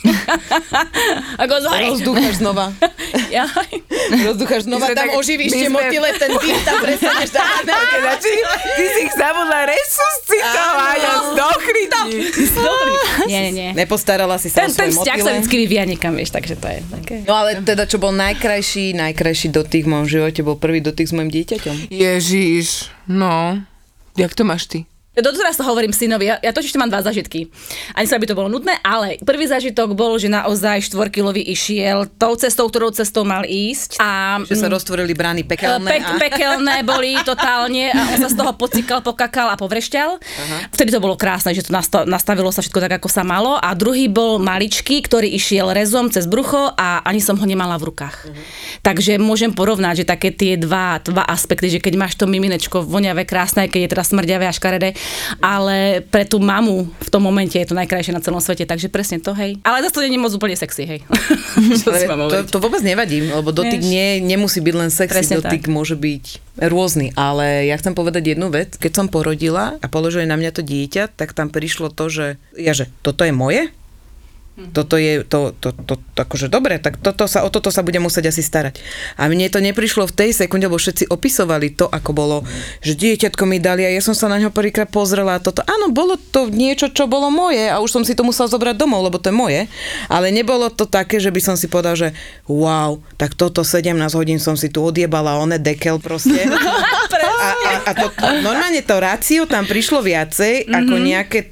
Rozdúchaš znova. Rozdúchaš znova, tam oživíš tie motýle, ten tým tam prestaneš dávať. Ty si ich zabudla resuscitovať a zdochryti. Nie. Nepostarala si sa o svoje Ten vzťah motýle. sa vždycky vyvíja niekam, vieš, takže to je také. No ale teda, čo bol najkrajší dotyk v mojom živote, bol prvý dotyk s mojim dieťaťom. Ježiš, no. Jak to máš ty? Doteraz to hovorím synovi, ja totiž mám 2 zážitky. Ani sa by to bolo nudné, ale prvý zážitok bol, že naozaj 4-kilový išiel tou cestou, ktorou cestou mal ísť. A Že sa roztvorili brány pekelné. Pekelné boli totálne a on sa z toho pocikal, pokakal a povrešťal. Vtedy to bolo krásne, že to nastavilo sa všetko tak, ako sa malo. A druhý bol maličký, ktorý išiel rezom cez brucho a ani som ho nemala v rukách. Takže môžem porovnať, že také tie dva aspekty, že keď máš to miminečko voňavé, krásne, keď je teda smrďavé a škaredé, ale pre tú mamu v tom momente je to najkrajšie na celom svete, takže presne to, hej. Ale zase to nie je moc úplne sexy, hej. To vôbec nevadí, lebo dotyk nemusí byť len sexy, presne dotyk tak. môže byť rôzny, ale ja chcem povedať jednu vec, keď som porodila a položili na mňa to dieťa, tak tam prišlo to, že toto je moje? Toto je, akože dobre, tak o toto sa bude musieť asi starať. A mne to neprišlo v tej sekunde, lebo všetci opisovali to, ako bolo, že dieťatko mi dali a ja som sa na ňo prvýkrát pozrela a toto. Áno, bolo to niečo, čo bolo moje a už som si to musela zobrať domov, lebo to je moje. Ale nebolo to také, že by som si povedala, že wow, tak toto 17 hodín som si tu odjebala, one dekel proste. A to, normálne to rácio tam prišlo viacej, ako nejaké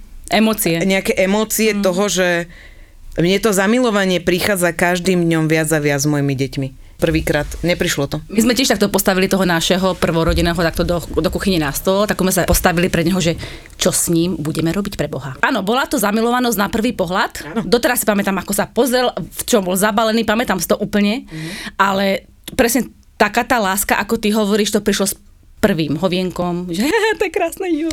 emócie toho, že mne to zamilovanie prichádza každým dňom viac a viac s mojimi deťmi. Prvýkrát neprišlo to. My sme tiež takto postavili toho našeho prvorodeného takto do kuchyne na stôl, tak sme sa postavili pred neho, že čo s ním budeme robiť pre Boha. Áno, bola to zamilovanosť na prvý pohľad. Áno. Doteraz si pamätám, ako sa pozrel, v čom bol zabalený, pamätám si to úplne, ale presne taká tá láska, ako ty hovoríš, to prišlo s prvým hovienkom, že to je krásne, jo.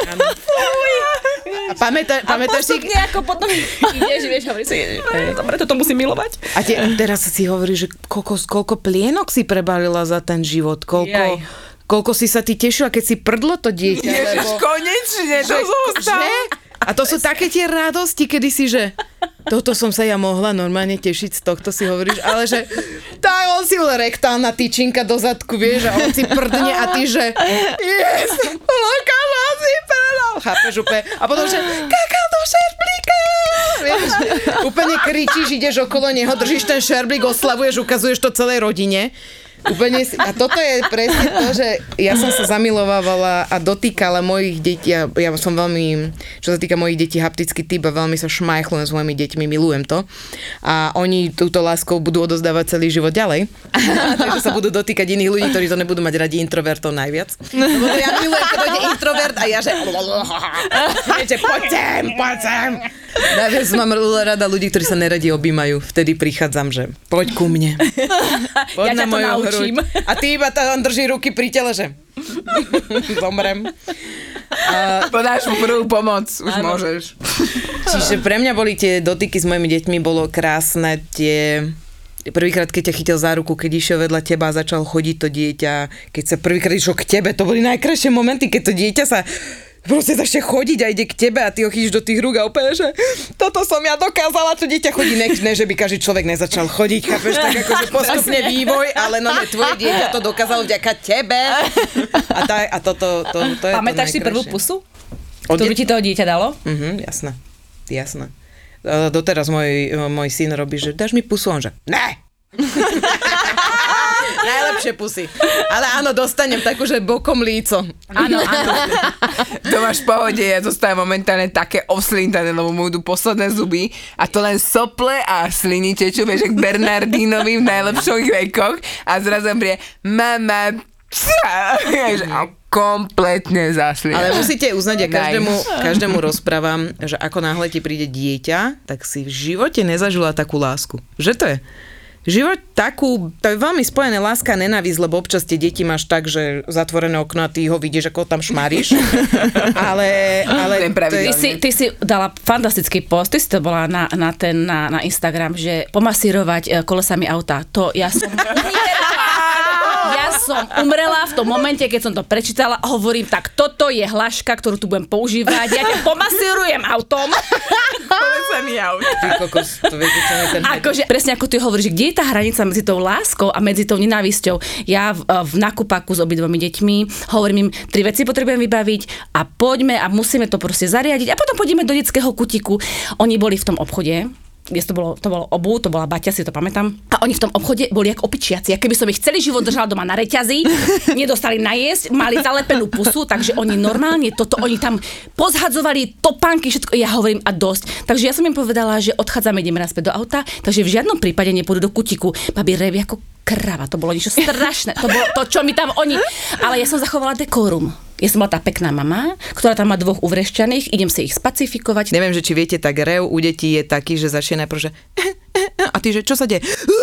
A pamätáš si... A ako potom ideš, hovoríš si, dobre, toto musím milovať. A teraz si hovoríš, že koľko plienok si prebalila za ten život, koľko si sa ty tešila, keď si prdlo to dieťa. Ježiš, konečne, to zostalo. A to sú také tie radosti, kedy si, že toto som sa ja mohla normálne tešiť z tohto, si hovoríš, ale že tá on si rektálna tyčinka do zadku, vieš, a on si prdne a ty, že yes, lokáva si predal. Chápeš úplne? A potom, že kakal do šerblíka, vieš, úplne kričíš, ideš okolo neho, držíš ten šerblík, oslavuješ, ukazuješ to celej rodine. Úplne a toto je presne to, že ja som sa zamilovávala a dotýkala mojich detí, ja som veľmi, čo sa týka mojich detí, haptický typ a veľmi sa šmajchlujem s mojimi deťmi, milujem to a oni túto láskou budú odozdávať celý život ďalej, takže sa budú dotýkať iných ľudí, ktorí to nebudú mať radi, introvertov najviac. Lebo ja milujem, keď dojde introvert a ja že poď sem. Najviac mám rada ľudí, ktorí sa neradi objímajú, vtedy prichádzam, že poď ku mne. Poď ja ťa to naučím. A ty iba tam drží ruky pri tele, že zomrem. Podáš mu prvú pomoc, už môžeš. Čiže pre mňa boli tie dotyky s mojimi deťmi, bolo krásne tie... Prvýkrát, keď ťa chytil za ruku, keď išiel vedľa teba a začal chodiť to dieťa, keď sa prvýkrát išlo k tebe, to boli najkrajšie momenty, keď to dieťa sa proste začne chodiť a ide k tebe a ty ho chytíš do tých rúk a úplne, že toto som ja dokázala, to dieťa chodí, ne, že by každý človek nezačal chodiť, chápeš, tak akože postupne vývoj, ale no tvoje dieťa to dokázalo vďaka tebe. A toto to je to. Pamätáš si prvú pusu? Ktorú ti toho dieťa dalo? Jasné. Doteraz môj syn robí, že dáš mi pusu, on že ne! Najlepšie pusy. Ale áno, dostanem takú, že bokom líco. Áno. To máš v pohode, ja zostávam momentálne také oslintané, lebo mu idú posledné zuby a to len sople a sliny tečú, vieš, jak Bernardínovi v najlepších vekoch a zrazu príde mama, kompletne zašli. Ale musíte uznať, ja každému rozprávam, že ako náhle ti príde dieťa, tak si v živote nezažila takú lásku. Že to je? Život takú, to je veľmi spojené láska a nenávisť, lebo občas tie deti máš tak, že zatvorené okno a ty ho vidíš, ako tam šmaríš. ale ty si dala fantastický post, ty si to bola na Instagram, že pomasírovať kolesami auta. To ja som umrela v tom momente, keď som to prečítala a hovorím, tak toto je hláška, ktorú tu budem používať. Ja ťa pomasírujem autom. Kolesami aut. Ty kokos, to viete, čo je ten... Akože, presne ako ty hovoríš, kde je tá hranica medzi tou láskou a medzi tou nenávisťou. Ja v nakupáku s obidvomi deťmi hovorím im, 3 veci potrebujem vybaviť a poďme a musíme to proste zariadiť a potom pôjdeme do detského kutiku. Oni boli v tom obchode. To bolo obu, to bola Baťa, si to pamätám. A oni v tom obchode boli jak opičiaci. A keby som ich celý život držala doma na reťazi, nedostali najesť, mali zalepenú pusu, takže oni normálne oni tam pozhadzovali topánky, všetko. Ja hovorím a dosť. Takže ja som im povedala, že odchádzame, ideme naspäť do auta, takže v žiadnom prípade nepôjdu do kutiku. Babi revi ako krava, to bolo niečo strašné. To bolo to, čo mi tam oni... Ale ja som zachovala dekorum. Ja som bola tá pekná mama, ktorá tam má 2 uvrešťaných, idem si ich spacifikovať. Neviem, že či viete, tak rev u detí je taký, že začne najprv, že a ty, že čo sa deje?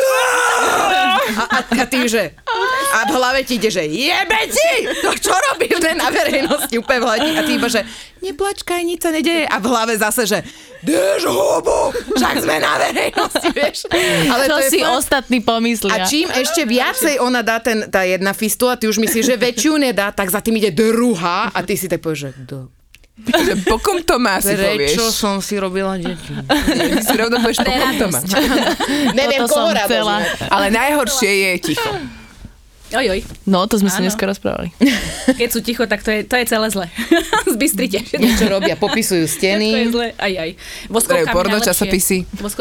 A ty, že a v hlave ti ide, že jebe ti! To čo robíš na verejnosti úplne v hlave? A ty iba, že neplačkaj, nič sa nedeje. A v hlave zase, že drž hubu, však sme na verejnosti, vieš. Ale čo si ostatní pomyslia. A čím ešte viacej ona dá tá jedna fistula, ty už myslíš, že väčšiu nedá, tak za tým ide druhá a ty si tak povieš, že že pokom to má, si povieš. Prečo som si robila deti? Ty si rovno povieš, pokom to má. Neviem, koho chcela. Ale najhoršie je ticho. Ojoj. No, to sme si dneska rozprávali. Keď sú ticho, tak to je celé zle. Zbystrite. Niečo robia, popisujú steny. To je zle, aj. Voskovka porno časopisy.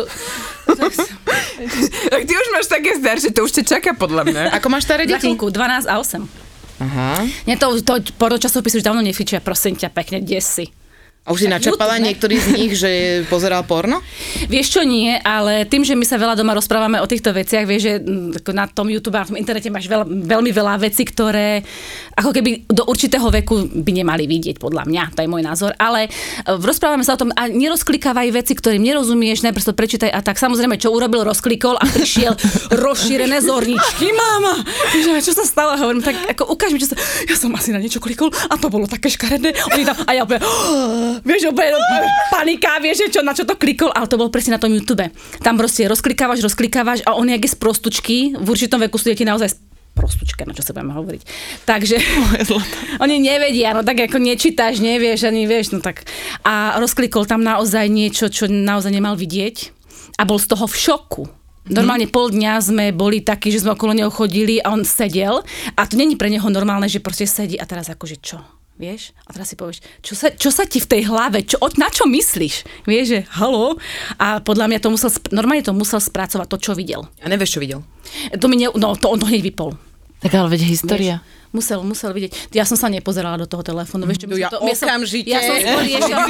Tak ty už máš také staršie, to už ťa čaká podľa mňa. Ako máš staré Za deti? chvíľku, 12 a 8. Aha. Nie, to porno časopisy už dávno nefičia, prosím ťa, pekne, kde si? A už si načapala niektorý z nich, že pozeral porno? Vieš čo, nie, ale tým, že my sa veľa doma rozprávame o týchto veciach, vieš, že na tom YouTube a v internete máš veľmi veľa vecí, ktoré ako keby do určitého veku by nemali vidieť, podľa mňa, to je môj názor, ale rozprávame sa o tom a nerozklikávaj veci, ktorým nerozumieš, najprv to prečítaj a tak samozrejme, čo urobil, rozklikol a prišiel rozšírené zorničky. Mama, čo sa stalo? Hovorím, tak ako ukáž mi, čo sa... Ja som asi na niečo klikol a to bolo také škaredé. Oni tam, a ja úplne... Vieš, panika, vieš, na čo to klikol, ale to bolo presne na tom YouTube. Tam proste rozklikávaš a on jak je z prostučky, v určitom veku sú deti naozaj prostučka, no čo sa budeme hovoriť. Takže oni nevedia, no tak ako nečítaš, nevieš, ani vieš, no tak. A rozklikol tam naozaj niečo, čo naozaj nemal vidieť a bol z toho v šoku. Normálne pol dňa sme boli takí, že sme okolo neho chodili a on sedel a to není pre neho normálne, že proste sedí a teraz akože čo? Vieš? A teraz si povieš, čo sa ti v tej hlave, na čo myslíš? Vieš, že haló? A podľa mňa normálne to musel spracovať to, čo videl. A nevieš, čo videl? To on to hneď vypol. Tak ale veď história. Vieš? Musel vidieť. Ja som sa nepozerala do toho telefónu. Vieš, čo, okamžite. Ja som skôr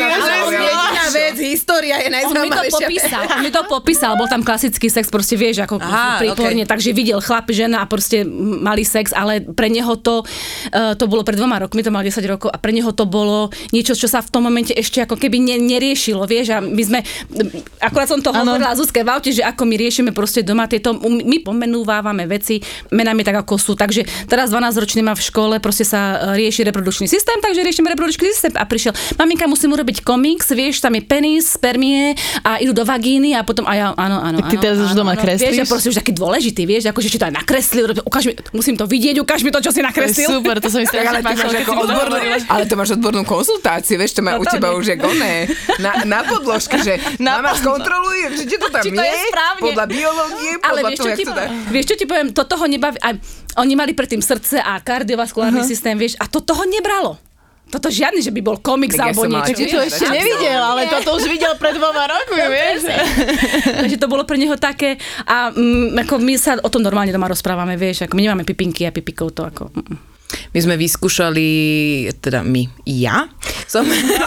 jediná vec, história je najzaujímavejšia. On mi to popísal, bol tam klasický sex, proste vieš, ako príporne, takže videl chlap, žena a proste mali sex, ale pre neho to bolo pred 2 rokmi, to mal 10 rokov a pre neho to bolo niečo, čo sa v tom momente ešte ako keby neriešilo, vieš, a my sme, akurát som to hovorila Zuzke v aute, že ako my riešime proste doma tieto, my pomenúvávame veci menami tak, ako sú, takže teraz 12-ročný má v škole, proste sa rieši reprodukčný systém, takže riešime reprodukčný systém a prišiel, maminka, musím urobiť komiks, vieš, tam je penis, spermie a idú do vagíny a potom a ja, áno. Tak ty teraz už doma kreslíš? Vieš, že proste už taký dôležitý, vieš, akože či to aj nakreslil, ukáž mi, musím to vidieť, ukáž mi to, čo si nakreslil. Super, to sa mi strašne páčilo. Ale to máš odbornú konzultáciu, vieš, to má u teba už je goné na podložke, že mama skontroluje, že či to tam je, podľa biológie, podľa toho, jak to dá. Vieš, čo ti poviem, to toho nebaví, oni mali predtým srdce a kardiovaskulárny systém, vieš, a to toho nebralo. Toto žiadny, že by bol komiks alebo niečo. Ty to ešte nevidel, ale toto už videl pred 2 rokmi, vieš. Takže to bolo pre neho také a ako my sa o tom normálne doma rozprávame, vieš, ako my nemáme pipinky a pipikov, to ako... My sme vyskúšali, teda ja som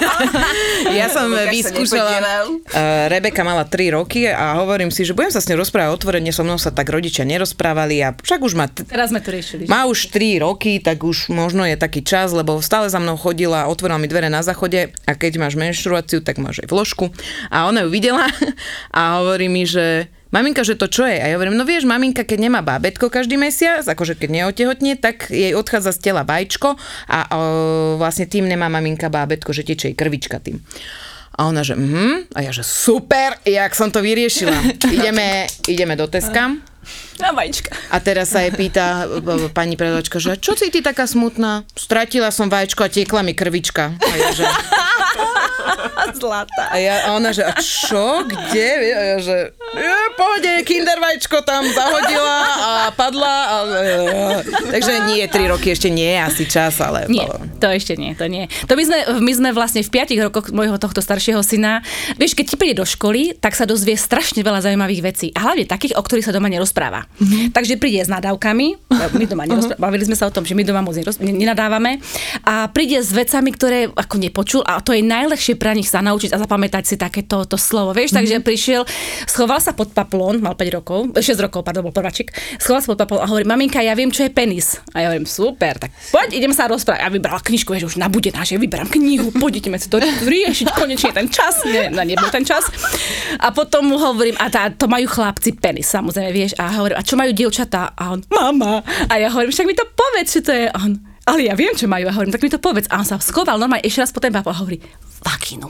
vyskúšala, Rebeka mala 3 roky a hovorím si, že budem sa s ňou rozprávať otvorene, so mnou sa tak rodičia nerozprávali a však už má... Teraz sme to riešili. Má už 3 roky, tak už možno je taký čas, lebo stále za mnou chodila, otvorila mi dvere na záchode a keď máš menštruáciu, tak máš aj vložku. A ona ju videla a hovorí mi, že maminka, že to čo je? A ja hovorím, no vieš, maminka, keď nemá bábätko každý mesiac, akože keď neotehotnie, tak jej odchádza z tela vajíčko a vlastne tým nemá maminka bábätko, že tečie jej krvička tým. A ona, že a ja, že super, jak som to vyriešila. Ideme do Teska. Na vajíčka. A teraz sa jej pýta pani predavačka, že čo si ty taká smutná? Stratila som vajíčko a tiekla mi krvička. A ja, že... Zlatá. A ona, že a čo? Kde? A ja, že pohode, kinder vajíčko tam zahodila a padla. Takže nie, 3 roky ešte nie je asi čas, ale... Nie, to ešte nie, to nie. To my sme vlastne v 5 rokoch môjho tohto staršieho syna, vieš, keď ti príde do školy, tak sa dozvie strašne veľa zaujímavých vecí. A hlavne takých, o ktorých sa doma nerozpráva. Takže príde s nadávkami, my doma nerozprávame, bavili sme sa o tom, že my doma moc nenadávame a príde s vecami, ktoré ako nepočul a to je najlepšie pre nich sa naučiť a zapamätať si takéto slovo, vieš, takže prišiel, schoval sa pod paplón, mal 6 rokov, bol prváčik, schoval sa pod paplón a hovorí, maminka, ja viem, čo je penis. A ja hovorím, super, tak poď, idem sa rozprávať. A vybrala knižku, vieš, už na bude náš, vyberám knihu, poďme si to riešiť, konečne ten čas, nebol ten čas. A potom mu hovorím, to majú chlapci penis, samozrejme, vieš, a hovorím, a čo majú dievčatá? A on, mama. A ja hovorím, však mi to povedz, čo to je. A on, ale ja viem, čo majú. A hovorím, tak mi to povedz. A on sa skoval normálne ešte raz po ten papol a hovorí, vagínu.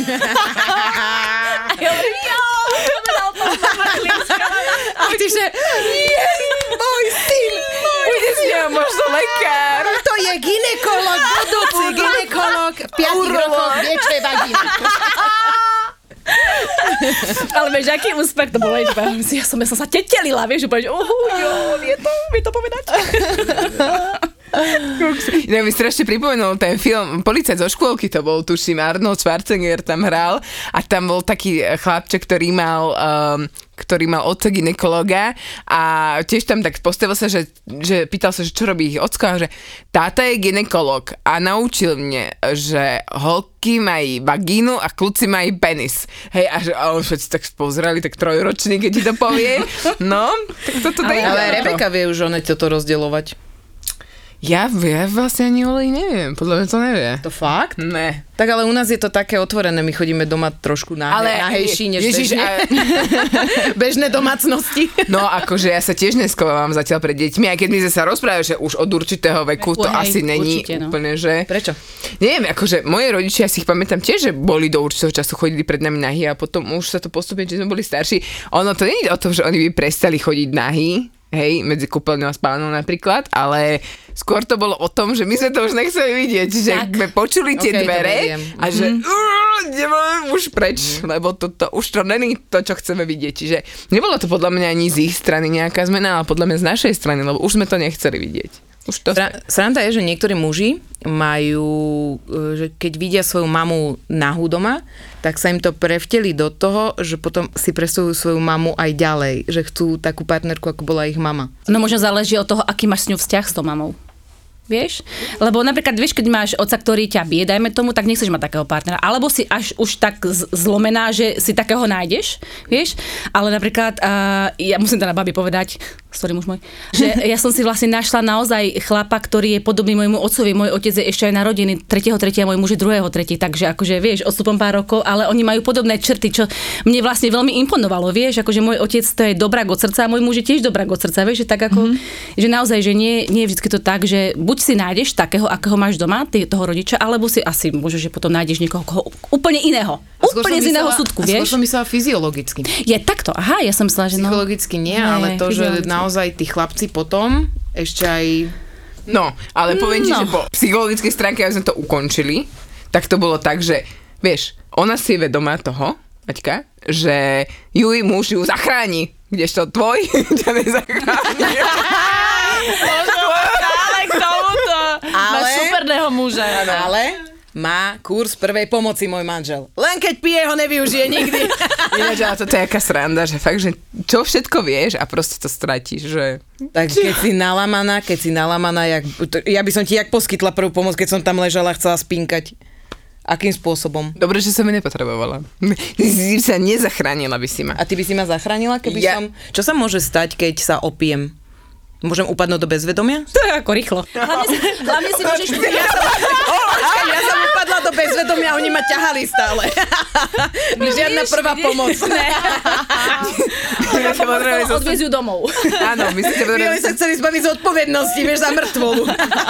A ja hovorím, a ty, že môj syn, bude s ňou možno lekár. to je gynekolog, budúci gynekolog, 5 rokov vie, čo je vagína. Ale vieš, aký úspech to bolo, ja som sa tetelila, vieš, že vie to povedať. No, mi strašne pripomenul ten film Policajt zo škôlky, to bol, tuším, Arnold Schwarzenegger tam hral a tam bol taký chlapček, ktorý mal otca gynekologa a tiež tam tak postavil sa, že pýtal sa, že čo robí ich ocko a že táta je gynekolog a naučil mne, že holky mají vagínu a kluci mají penis. Hej, a už všetci tak pozerali, tak 3-ročný, keď ti to povie. No, tak toto daj. Ale Rebeka vie už toto rozdeľovať. Ja vlastne ani neviem, podľa mňa to nevie. To fakt? Ne. Tak ale u nás je to také otvorené, my chodíme doma trošku nahejší než bežné domácnosti. No akože ja sa tiež neskovávam zatiaľ pred deťmi, aj keď my sa rozprávajú, že už od určitého veku to asi není určite, úplne, že... Prečo? Neviem, akože moje rodičia, si ich pamätám tiež, že boli do určitého času, chodili pred nami nahý a potom už sa to postupne, že sme boli starší. Ono to nie je o tom, že oni by prestali chodiť nahý, hej, medzi kúpeľňou a spálňou napríklad, ale skôr to bolo o tom, že my sme to už nechceli vidieť, že sme počuli tie dvere a že ideme už preč, lebo to už to není to, čo chceme vidieť. Čiže nebolo to podľa mňa ani z ich strany nejaká zmena, ale podľa mňa z našej strany, lebo už sme to nechceli vidieť. Sranda je, že niektorí muži majú, že keď vidia svoju mamu nahú doma, tak sa im to prevteli do toho, že potom si predstavujú svoju mamu aj ďalej, že chcú takú partnerku, ako bola ich mama. No možno záleží od toho, aký máš s ňou vzťah s tou mamou. Vieš? Lebo napríklad, vieš, keď máš otca, ktorý ťa bije, dajme tomu, tak nechceš mať takého partnera. Alebo si až už tak zlomená, že si takého nájdeš, vieš? Ale napríklad, ja musím teda babi povedať, sorry muž môj, že ja som si vlastne našla naozaj chlapa, ktorý je podobný môjmu otcovi. Môj otec je ešte aj narodený 3.3. a môj muž je 2.3. Takže akože, vieš, odstupom pár rokov, ale oni majú podobné črty, čo mne vlastne veľmi imponovalo, vieš? Akože môj otec to je dobrák od srdca a môj muž je tiež dobrák od srdca, vieš? Že tak ako, že naozaj, že nie je vždy to tak, že buď si nájdeš takého, akého máš doma, toho rodiča, alebo si asi môžeš, že potom nájdeš niekoho úplne iného. Úplne z iného súdku, vieš? Skôr som myslela fyziologicky. Je takto, aha, ja som myslela, že no. Psychologicky nie, ale to, že naozaj tí chlapci potom ešte aj... No, ale poviem ti, že po psychologickej stránke, aby sme to ukončili, tak to bolo tak, že, vieš, ona si je vedomá toho, Aťka, že muž ju zachráni, kdežto tvoj ťa nezachráni. Máš superného muža. Ale má kurz prvej pomoci môj manžel. Len keď pije, ho nevyužije nikdy. Ináč, ale toto je jaká sranda, že fakt, že čo všetko vieš a proste to stratíš, že... Tak keď si nalamaná, ja by som ti jak poskytla prvú pomoc, keď som tam ležala a chcela spinkať. Akým spôsobom? Dobre, že som mi nepotrebovala. Si sa nezachránila by si ma. A ty by si ma zachránila, keby som... Čo sa môže stať, keď sa opijem? Môžem upadnúť do bezvedomia? To je ako rýchlo. Hlavne si môžeš... Ja som upadla do bezvedomia a oni ma ťahali stále. Žiadna prvá pomoc. Odviezú domov. Áno, Oni sa chceli zbaviť z odpovednosti, vieš, za mŕtvolu.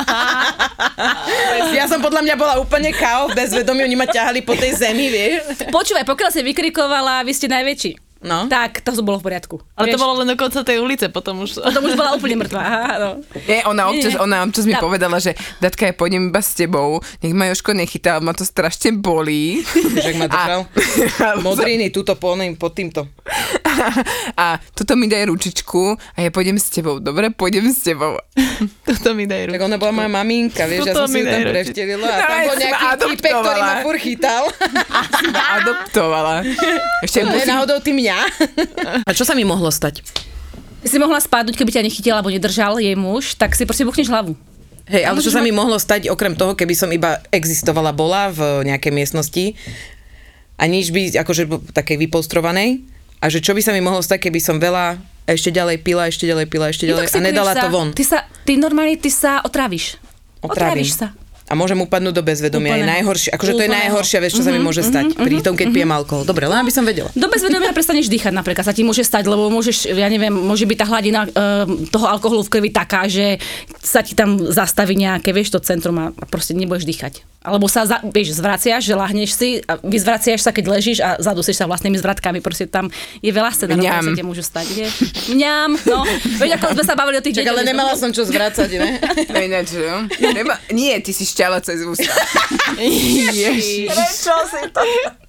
Ja som podľa mňa bola úplne KO v bezvedomí, oni ma ťahali po tej zemi, vieš. Počúvaj, pokiaľ si vykrikovala, vy ste najväčší. No. Tak, to bolo v poriadku. Ale to bolo len do konca tej ulice, potom už bola úplne mŕtvá. No. Nie, ona občas mi povedala, že Datka, ja pôjdem iba s tebou, nech ma Jožko nechytá, ma to strašne bolí. Že ma držal. Modriny, tuto pod týmto. A toto mi daj ručičku a ja pôjdem s tebou. Dobre, pôjdem s tebou. Toto mi daj ručičku. Tak ona bola moja maminka, vieš, ja som si ju tam prevtelila a tam bol nejaký týpek, ktorý ma furt chytal. Adoptovala. Ešte náhodou ty mňa. A čo sa mi mohlo stať? Si mohla spadnúť, keby ťa nechytil alebo nedržal jej muž, tak si proste buchneš hlavu. Hej, ale čo sa mi mohlo stať, okrem toho, keby som iba existovala, bola v nejakej miestnosti a nič by, akože takej vypostrovanej, a že čo by sa mi mohlo stať, keby som veľa ešte ďalej pila a nedala to von. Ty normálne sa otráviš. Otráviš sa. A môžem upadnúť do bezvedomia. Je najhoršie. Akože to je najhoršia vec, čo sa mi môže stať. Pri tom, keď pijem alkohol. Dobre, len aby som vedela. Do bezvedomia prestaneš dýchať napríklad. Sa ti môže stať, lebo môžeš, ja neviem, môže byť tá hladina toho alkoholu v krvi taká, že sa ti tam zastaví nejaké, vieš, to centrum a proste nebudeš dýchať. Alebo sa, vieš, zvraciaš, že lahneš si a vyzvraciaš sa, keď ležíš a zadusíš sa vlastnými zvratkami. Proste tam je veľa scenárov, ktoré sa ti môžu stať. Mňam, no. Veď ako sme sa bavili o tých deťoch. Ale nemala som čo zvracať, ne? No ináč, jo? Nie, ty si šťala cez ústa. Ježiš. Prečo si to?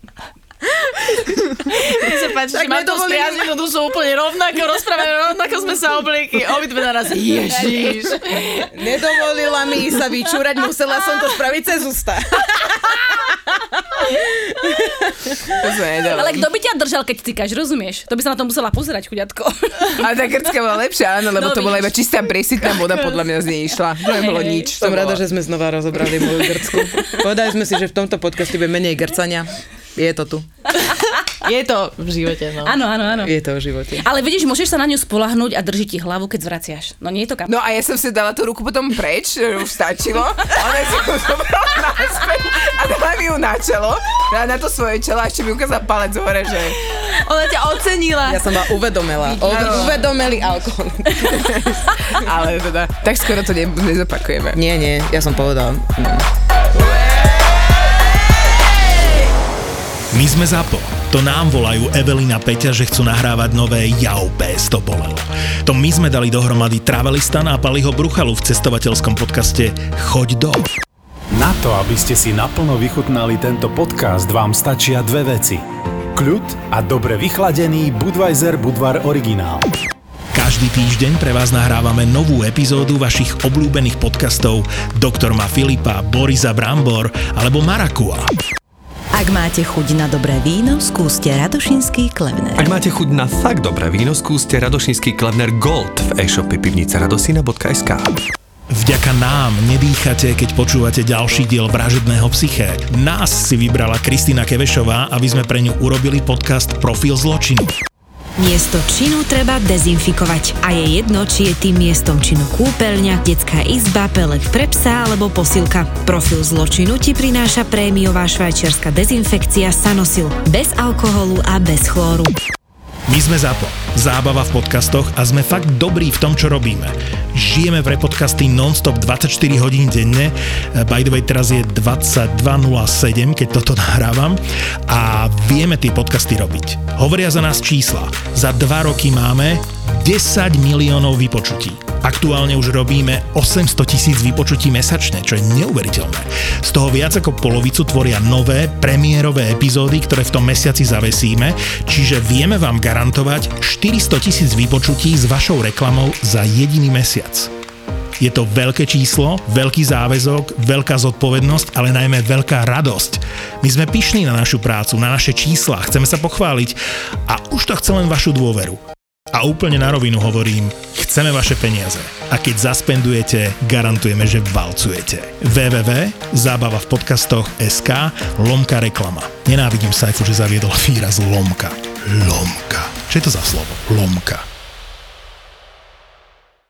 Mi sa páči, že mám tú spriaznenú dušu úplne rovnako, rozprávame rovnako, sme sa obliekli, obidve naraz, Ježiš. Nedovolila mi sa vyčúrať, musela som to spraviť cez ústa. Ale kto by ťa držal, keď cikáš, rozumieš? To by sa na to musela pozerať, chuďatko. Ale tá grcka bola lepšia, áno, lebo to bola iba čistá presitná voda, podľa mňa z nej išla. To nebolo nič. Som rada, že sme znova rozobrali moju grcku. Povedali sme si, že v tomto podcaste bude menej grcania. Je to tu. Je to v živote, no. Áno. Je to v živote. Ale vidíš, môžeš sa na ňu spoľahnúť a drží ti hlavu, keď zvraciaš. No nie je to kam. No a ja som si dala tú ruku potom preč, že už stačilo. Ona si ju zobrala naspäť a dala mi ju na čelo. Dala na to svoje čelo a ešte mi ukázala palec hore, že... Ona ťa ocenila. Ja som ma uvedomila. Uvedomili alkohol. Ale teda, tak skoro to nezopakujeme. Nie, ja som povedala. My sme ZAPO. To nám volajú Evelina Peťa, že chcú nahrávať nové Jau PS to bolelo. To my sme dali dohromady Travelistan a Paliho Bruchalu v cestovateľskom podcaste Choď do. Na to, aby ste si naplno vychutnali tento podcast, vám stačia dve veci. Kľud a dobre vychladený Budweiser Budvar originál. Každý týždeň pre vás nahrávame novú epizódu vašich obľúbených podcastov Doktor má Filipa, Borisa Brambor alebo Marakua. Ak máte chuť na dobré víno, skúste Radošinský Klevner. Ak máte chuť na fakt dobré víno, skúste Radošinský Klevner Gold v e-shope pivnicaradosina.sk. Vďaka nám nedýchate, keď počúvate ďalší diel Vražedného psyché. Nás si vybrala Kristina Kevešová, aby sme pre ňu urobili podcast Profil zločinu. Miesto činu treba dezinfikovať a je jedno, či je tým miestom činu kúpeľňa, detská izba, pelek pre psa alebo posilka. Profil zločinu ti prináša prémiová švajčiarska dezinfekcia Sanosil bez alkoholu a bez chlóru. My sme ZAPO. Zábava v podcastoch a sme fakt dobrí v tom, čo robíme. Žijeme pre podcasty non-stop 24 hodín denne. By the way, teraz je 22.07, keď toto nahrávam. A vieme tie podcasty robiť. Hovoria za nás čísla. Za 2 roky máme 10 miliónov vypočutí. Aktuálne už robíme 800 000 vypočutí mesačne, čo je neuveriteľné. Z toho viac ako polovicu tvoria nové, premiérové epizódy, ktoré v tom mesiaci zavesíme, čiže vieme vám garantovať 400 000 vypočutí s vašou reklamou za jediný mesiac. Je to veľké číslo, veľký záväzok, veľká zodpovednosť, ale najmä veľká radosť. My sme pyšní na našu prácu, na naše čísla, chceme sa pochváliť a už to chce len vašu dôveru. A úplne na rovinu hovorím, chceme vaše peniaze. A keď zaspendujete, garantujeme, že valcujete. www.zabavavpodcastoch.sk/reklama. Nenávidím Saifu, že zaviedol výraz lomka. Lomka. Čo je to za slovo? Lomka.